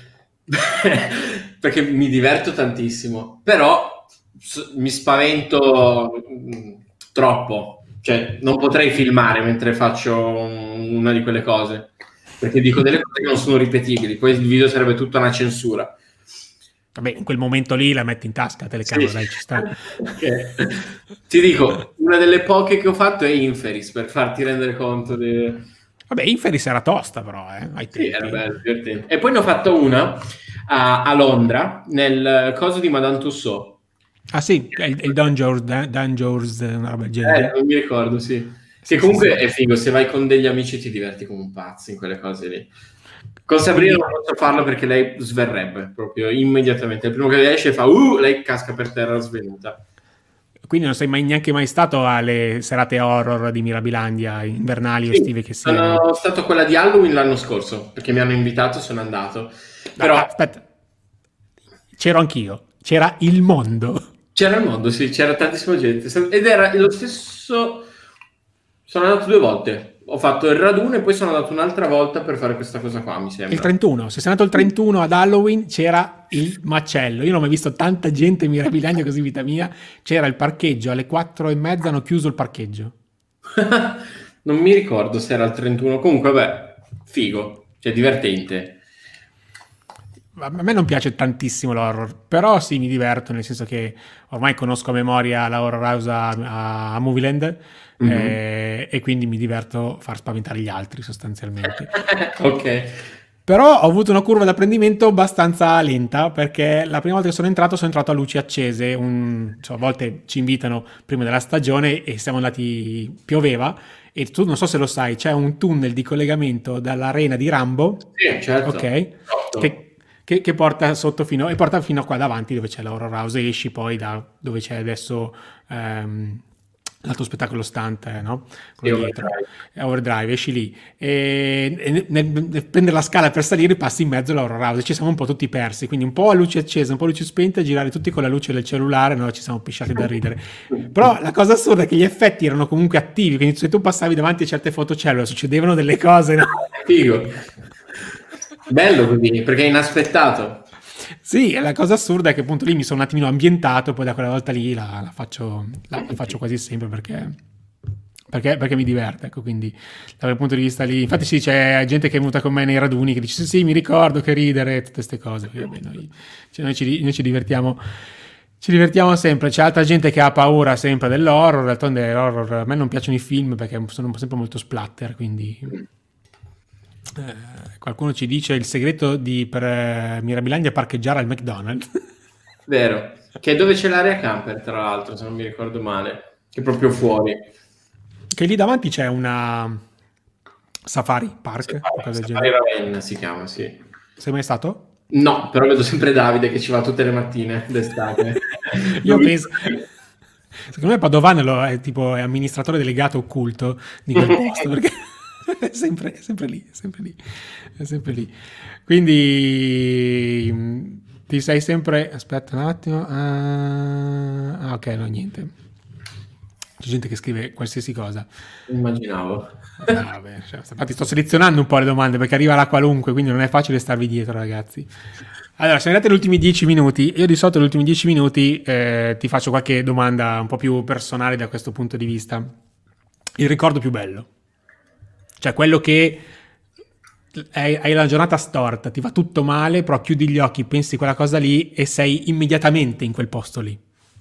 perché mi diverto tantissimo, però mi spavento troppo, cioè non potrei filmare mentre faccio una di quelle cose, perché dico delle cose che non sono ripetibili, poi il video sarebbe tutta una censura. Vabbè, in quel momento lì la metti in tasca la telecamera, Sì. dai, ci sta. Okay. Ti dico, una delle poche che ho fatto è Inferis, per farti rendere conto di... Vabbè, Inferis era tosta però, ai Sì, tempi. era bello, divertente. E poi ne ho fatto una a Londra, nel coso di Madame Tussauds. Ah sì, il Dungeons, una roba del genere. Non mi ricordo, sì. Sì, Che comunque sì, sì. è figo, se vai con degli amici ti diverti come un pazzo in quelle cose lì. Con Sabrina non posso farlo perché lei sverrebbe proprio immediatamente. Il primo che esce fa lei casca per terra svenuta. Quindi non sei neanche mai stato alle serate horror di Mirabilandia, invernali o Sì, estive che siano? sono stato a quella di Halloween l'anno scorso perché mi hanno invitato e sono andato. Però Aspetta, c'ero anch'io, c'era il mondo. c'era il mondo, sì, c'era tantissima gente ed era lo stesso. Sono andato 2 volte. Ho fatto il raduno e poi sono andato un'altra volta per fare questa cosa qua, mi sembra. Il 31, se sei andato il 31 ad Halloween c'era il macello. Io non ho mai visto tanta gente in Mirabilandia così, vita mia. C'era il parcheggio, alle 4:30 hanno chiuso il parcheggio. Non mi ricordo se era il 31. Comunque, vabbè, figo, cioè divertente. A me non piace tantissimo l'horror, però sì, mi diverto, nel senso che ormai conosco a memoria la Horror House a Movieland, e quindi mi diverto a far spaventare gli altri sostanzialmente. Ok. Però ho avuto una curva d'apprendimento abbastanza lenta, perché la prima volta che sono entrato a luci accese. A volte ci invitano prima della stagione e siamo andati, pioveva, e tu non so se lo sai, c'è un tunnel di collegamento dall'arena di Rambo, Sì, certo. ok, che porta sotto e porta fino a qua davanti dove c'è la Horror House, e esci poi da dove c'è adesso l'altro spettacolo stunt, no? Quello dietro. Overdrive, esci lì e nel prendere la scala per salire passi in mezzo alla Horror House e ci siamo un po' tutti persi, quindi un po' a luci accese, un po' a luci spente, a girare tutti con la luce del cellulare, no? Ci siamo pisciati da ridere. Però la cosa assurda è che gli effetti erano comunque attivi, quindi se tu passavi davanti a certe fotocellule succedevano delle cose, no? Figo. Bello così, perché è inaspettato. Sì, la cosa assurda è che appunto lì mi sono un attimino ambientato, poi da quella volta lì la faccio quasi sempre perché mi diverte, ecco, quindi da quel punto di vista lì, infatti sì, c'è gente che è venuta con me nei raduni che dice sì, mi ricordo, che ridere, tutte queste cose. Vabbè, noi ci divertiamo sempre. C'è altra gente che ha paura sempre dell'horror, d'altronde l'horror, a me non piacciono i film perché sono sempre molto splatter, quindi qualcuno ci dice il segreto per Mirabilandia è parcheggiare al McDonald's. Vero, che è dove c'è l'area camper, tra l'altro, se non mi ricordo male, che è proprio fuori. Che lì davanti c'è una Safari Park, Safari Ravenna si chiama, sì. Sei mai stato? No, però vedo sempre Davide che ci va tutte le mattine d'estate. Io penso... Secondo me Padovan è tipo amministratore delegato occulto di quel posto, perché è sempre lì. Quindi ti sei sempre... Aspetta un attimo. Ok, no, niente. C'è gente che scrive qualsiasi cosa. Immaginavo. Vabbè, infatti sto selezionando un po' le domande perché arriva la qualunque, quindi non è facile starvi dietro, ragazzi. Allora, se andate agli ultimi 10 minuti, io di solito negli ultimi 10 minuti ti faccio qualche domanda un po' più personale da questo punto di vista. Il ricordo più bello, cioè quello che hai la giornata storta, ti va tutto male, però chiudi gli occhi, pensi quella cosa lì e sei immediatamente in quel posto lì.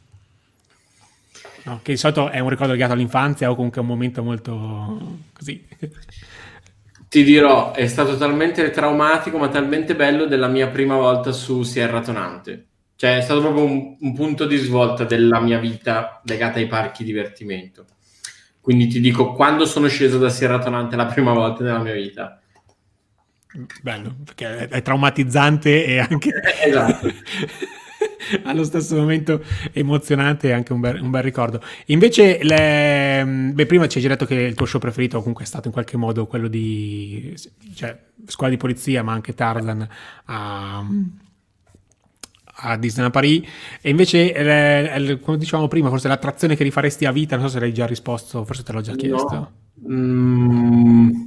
No, che di solito è un ricordo legato all'infanzia o comunque un momento molto così. Ti dirò, è stato talmente traumatico ma talmente bello della mia prima volta su Sierra Tonante. Cioè è stato proprio un punto di svolta della mia vita legata ai parchi divertimento. Quindi ti dico, quando sono sceso da Sierra Tonante la prima volta nella mia vita. Bello, perché è traumatizzante e anche... Esatto. allo stesso momento emozionante e anche un bel ricordo. Invece, prima ci hai già detto che il tuo show preferito comunque è stato in qualche modo quello di Scuola di Polizia, ma anche Tarzan a a Disneyland Paris. E invece, come dicevamo prima, forse l'attrazione che rifaresti a vita, non so se l'hai già risposto, forse te l'ho già chiesto. No.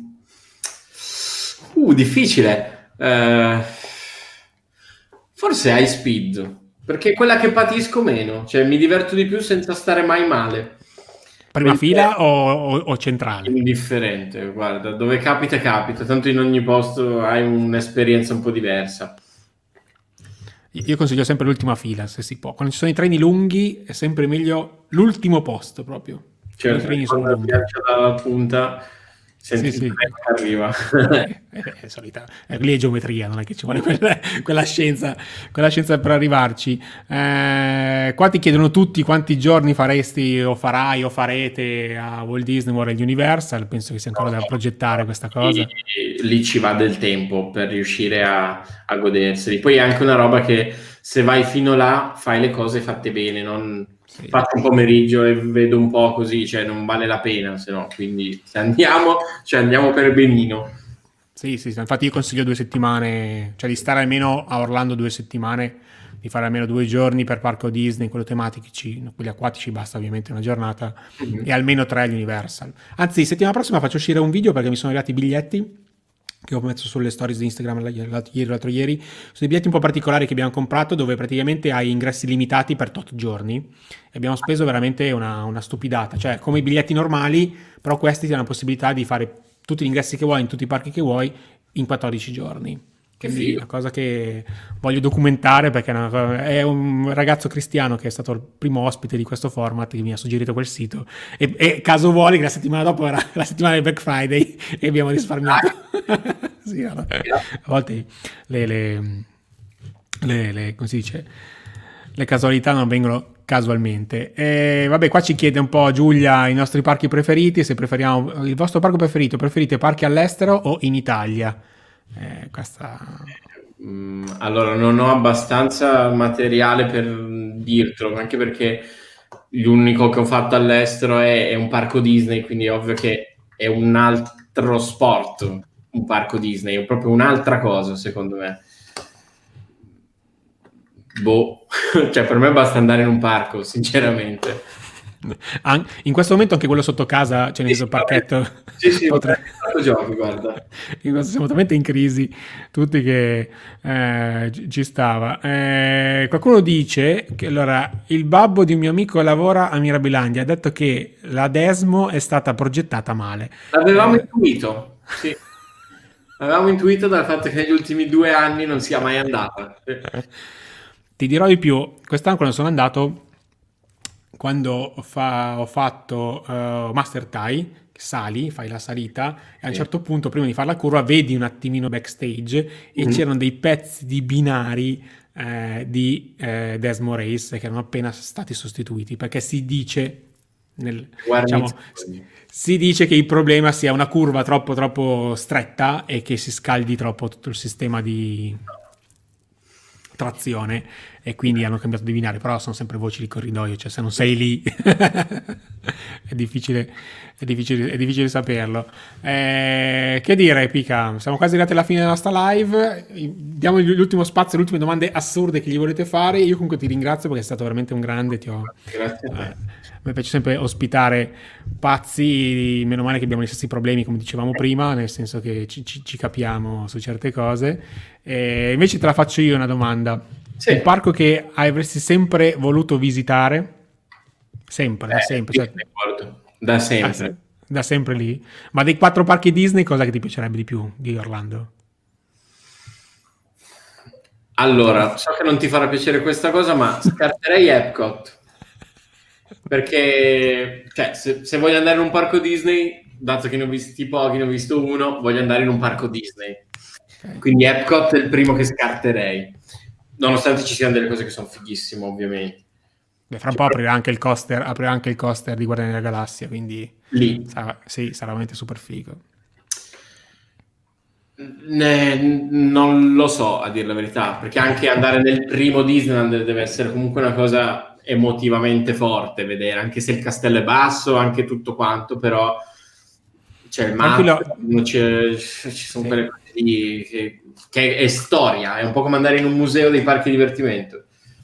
Difficile. Forse High Speed, perché è quella che patisco meno, cioè mi diverto di più senza stare mai male. Prima fila o centrale? Indifferente, guarda, dove capita, tanto in ogni posto hai un'esperienza un po' diversa. Io consiglio sempre l'ultima fila, se si può. Quando ci sono i treni lunghi è sempre meglio l'ultimo posto proprio. Cioè, I treni sono lunghi. Dalla punta, senti il treno che arriva. È solita. Lì è geometria, non è che ci vuole quella scienza per arrivarci. Qua ti chiedono tutti quanti giorni faresti o farai o farete a Walt Disney World Universal. Penso che sia ancora da progettare questa cosa. Lì ci va del tempo per riuscire a goderseli. Poi è anche una roba che se vai fino là fai le cose fatte bene, non faccio un pomeriggio e vedo un po' così, cioè non vale la pena, se no, quindi se andiamo, cioè andiamo per benino. Sì, infatti io consiglio 2 settimane, cioè di stare almeno a Orlando 2 settimane, di fare almeno 2 giorni per parco Disney, quello tematici, quelli acquatici basta ovviamente una giornata, e almeno 3 all'Universal. Anzi, settimana prossima faccio uscire un video perché mi sono arrivati i biglietti, che ho messo sulle stories di Instagram l'altro ieri, sono dei biglietti un po' particolari che abbiamo comprato, dove praticamente hai ingressi limitati per tot giorni, e abbiamo speso veramente una stupidata, cioè come i biglietti normali, però questi ti danno la possibilità di fare tutti gli ingressi che vuoi in tutti i parchi che vuoi in 14 giorni. Quindi è una cosa che voglio documentare, perché è un ragazzo cristiano che è stato il primo ospite di questo format che mi ha suggerito quel sito, e caso vuole che la settimana dopo era la settimana del Black Friday e abbiamo risparmiato. Sì, a volte come si dice, le casualità non vengono casualmente. Vabbè, qua ci chiede un po' Giulia i nostri parchi preferiti, se preferiamo il vostro parco preferite parchi all'estero o in Italia. Allora, non ho abbastanza materiale per dirtelo, anche perché l'unico che ho fatto all'estero è un parco Disney, quindi è ovvio che è un altro sport, un parco Disney, è proprio un'altra cosa, secondo me. Cioè per me basta andare in un parco, sinceramente. In questo momento anche quello sotto casa, cioè nel parchetto. Sì, giochi, guarda. Siamo talmente in crisi tutti che ci stava. Qualcuno dice che allora il babbo di un mio amico lavora a Mirabilandia, ha detto che la Desmo è stata progettata male. L'avevamo intuito, sì. Avevamo intuito dal fatto che negli ultimi 2 anni non sia mai andata. Ti dirò di più, quest'anno quando sono andato, quando ho fatto Master Tai, sali, fai la salita, e a un certo punto prima di fare la curva vedi un attimino backstage e c'erano dei pezzi di binari di Desmo Race che erano appena stati sostituiti, perché si dice si dice che il problema sia una curva troppo stretta e che si scaldi troppo tutto il sistema di trazione, e quindi hanno cambiato di binari, però sono sempre voci di corridoio, cioè se non sei lì è difficile saperlo. Che dire, Pica? Siamo quasi arrivati alla fine della nostra live, diamo l'ultimo spazio, le ultime domande assurde che gli volete fare. Io comunque ti ringrazio perché è stato veramente un grande, grazie a te. A me piace sempre ospitare pazzi, meno male che abbiamo gli stessi problemi come dicevamo prima, nel senso che ci capiamo su certe cose. Invece te la faccio io una domanda. Sì. Un parco che avresti sempre voluto visitare? Sempre, da sempre. Cioè, da sempre. Da sempre lì? Ma dei 4 parchi Disney cosa che ti piacerebbe di più di Orlando? Allora, so che non ti farà piacere questa cosa, ma scarterei Epcot. Perché cioè, se voglio andare in un parco Disney, dato che ne ho visti pochi, ne ho visto uno, voglio andare in un parco Disney. Okay. Quindi Epcot è il primo che scarterei, nonostante ci siano delle cose che sono fighissime, ovviamente. Beh, fra un po' aprirà anche il coaster di Guardiani della Galassia, quindi lì sarà veramente super figo. Non lo so, a dire la verità, perché anche andare nel primo Disneyland deve essere comunque una cosa emotivamente forte, vedere, anche se il castello è basso, anche tutto quanto, però c'è il mare, ci sono quelle cose lì che è storia, è un po' come andare in un museo dei parchi divertimento.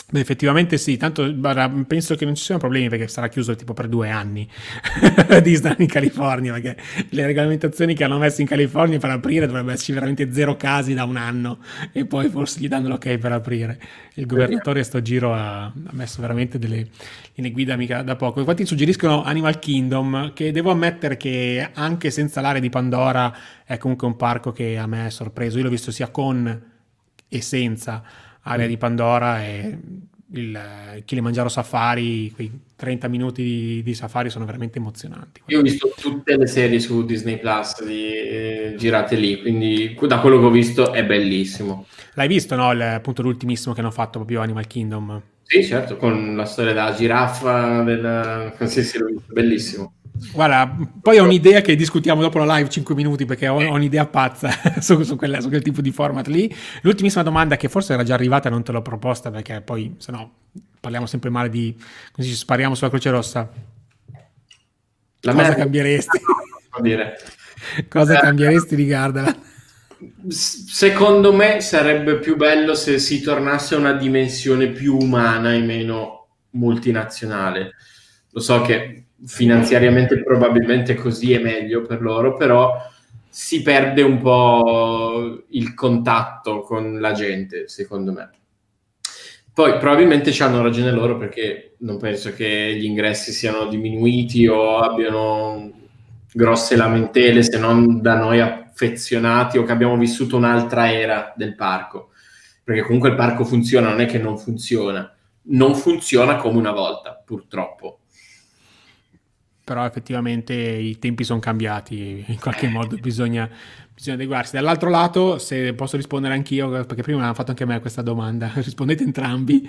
Beh, effettivamente sì, tanto penso che non ci siano problemi perché sarà chiuso tipo per 2 anni Disney in California, perché le regolamentazioni che hanno messo in California per aprire dovrebbe esserci veramente 0 casi da un anno e poi forse gli danno l'ok per aprire. Il governatore a sto giro ha messo veramente delle linee guida mica da poco. Infatti suggeriscono Animal Kingdom, che devo ammettere che anche senza l'area di Pandora è comunque un parco che a me è sorpreso. Io l'ho visto sia con e senza area di Pandora, e il Kilimangiaro Safari, quei 30 minuti di safari sono veramente emozionanti. Io ho visto tutte le serie su Disney Plus girate lì, quindi da quello che ho visto è bellissimo. L'hai visto, no? Appunto l'ultimissimo che hanno fatto, proprio Animal Kingdom. Sì, certo, con la storia della giraffa, sì, l'ho visto, bellissimo. Guarda, poi ho un'idea che discutiamo dopo la live 5 minuti, perché ho un'idea pazza su quel tipo di format lì. L'ultimissima domanda, che forse era già arrivata e non te l'ho proposta perché poi se no parliamo sempre male così spariamo sulla Croce Rossa. Cosa cambieresti? Cosa cambieresti di Gardaland? Secondo me sarebbe più bello se si tornasse a una dimensione più umana e meno multinazionale. Lo so che finanziariamente probabilmente così è meglio per loro, però si perde un po' il contatto con la gente, secondo me. Poi probabilmente ci hanno ragione loro, perché non penso che gli ingressi siano diminuiti o abbiano grosse lamentele, se non da noi affezionati o che abbiamo vissuto un'altra era del parco, perché comunque il parco funziona, non è che non funziona come una volta, purtroppo. Però effettivamente i tempi sono cambiati, in qualche modo bisogna adeguarsi. Dall'altro lato, se posso rispondere anch'io, perché prima hanno fatto anche a me questa domanda, rispondete entrambi,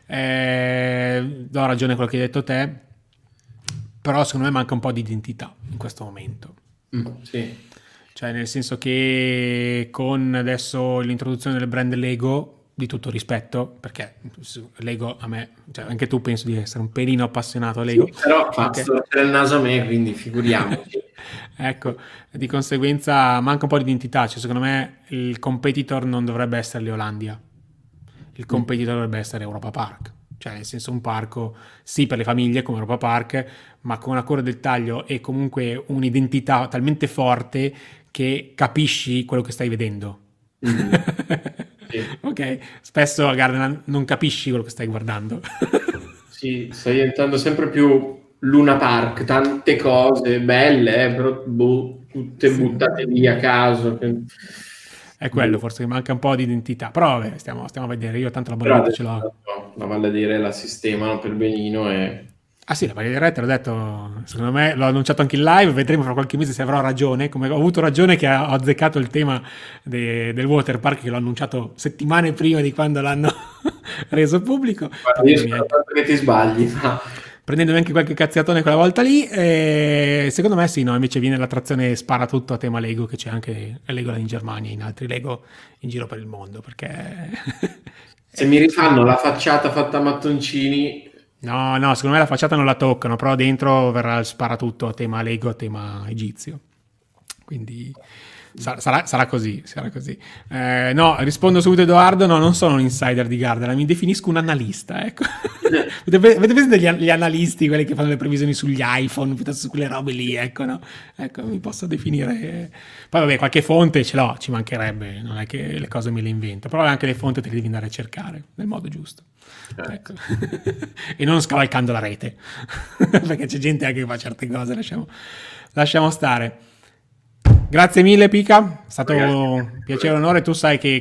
do ragione a quello che hai detto te, però secondo me manca un po' di identità in questo momento. Sì. Cioè, nel senso che con adesso l'introduzione del brand Lego, di tutto rispetto, perché Lego a me, cioè anche tu penso di essere un pelino appassionato a Lego. Sì, però fa storcere il naso a me, quindi figuriamoci. Ecco, di conseguenza manca un po' di identità. Cioè, secondo me il competitor non dovrebbe essere l'Eolandia, il competitor dovrebbe essere Europa Park. Cioè, nel senso, un parco sì per le famiglie come Europa Park, ma con una cura del taglio e comunque un'identità talmente forte che capisci quello che stai vedendo. Sì. Ok, spesso a Gardaland non capisci quello che stai guardando. Sì, sta diventando sempre più Luna Park, tante cose belle, però tutte buttate lì a caso. È quello, forse manca un po' di identità, però vabbè, stiamo a vedere. Io tanto la bolletta ce l'ho. La Valle di Re la sistemano per benino e... Ah sì, la Valle di Re, te l'ho detto, secondo me l'ho annunciato anche in live, vedremo fra qualche mese se avrò ragione, come ho avuto ragione che ho azzeccato il tema del water park, che l'ho annunciato settimane prima di quando l'hanno reso pubblico. Guarda, io sono tanto che ti sbagli, ma... Prendendomi anche qualche cazziatone quella volta lì, secondo me sì, no, invece viene l'attrazione spara tutto a tema Lego, che c'è anche Lego in Germania e in altri Lego in giro per il mondo, perché... Se mi rifanno la facciata fatta a mattoncini... No, secondo me la facciata non la toccano, però dentro verrà il sparatutto a tema Lego, a tema egizio. Quindi sarà così. No, rispondo subito Edoardo, no, non sono un insider di Gardaland, mi definisco un analista, ecco. Avete visto gli analisti, quelli che fanno le previsioni sugli iPhone, piuttosto su quelle robe lì, ecco, no? Ecco, mi posso definire... Poi vabbè, qualche fonte ce l'ho, ci mancherebbe, non è che le cose me le invento, però anche le fonti te le devi andare a cercare, nel modo giusto. Ecco. E non scavalcando la rete, perché c'è gente anche che fa certe cose, lasciamo stare. Grazie mille Pica, è stato un piacere e un onore. Tu sai che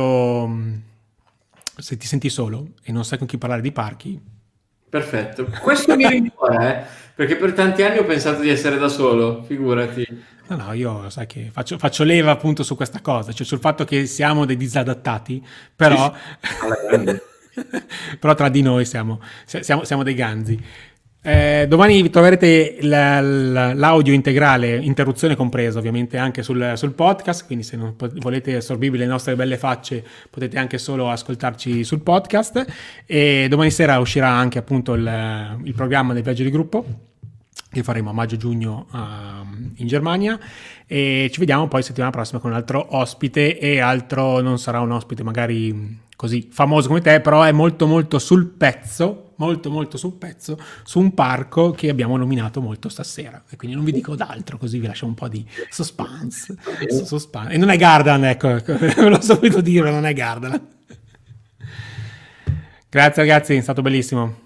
se ti senti solo e non sai con chi parlare di parchi, perfetto, questo mi rincuora, perché per tanti anni ho pensato di essere da solo, figurati. No, io sai che faccio leva appunto su questa cosa, cioè sul fatto che siamo dei disadattati, però Sì. però tra di noi siamo dei ganzi. Domani troverete l'audio integrale, interruzione compresa ovviamente, anche sul podcast, quindi se non volete assorbire le nostre belle facce potete anche solo ascoltarci sul podcast, e domani sera uscirà anche appunto il programma del viaggio di gruppo che faremo a maggio-giugno in Germania, e ci vediamo poi settimana prossima con un altro ospite, e altro non sarà un ospite magari così famoso come te, però è molto molto sul pezzo, molto molto sul pezzo, su un parco che abbiamo nominato molto stasera. E quindi non vi dico d'altro, così vi lascio un po' di suspense. E non è Gardaland, ecco, ve l'ho subito dire, non è Gardaland. Grazie ragazzi, è stato bellissimo.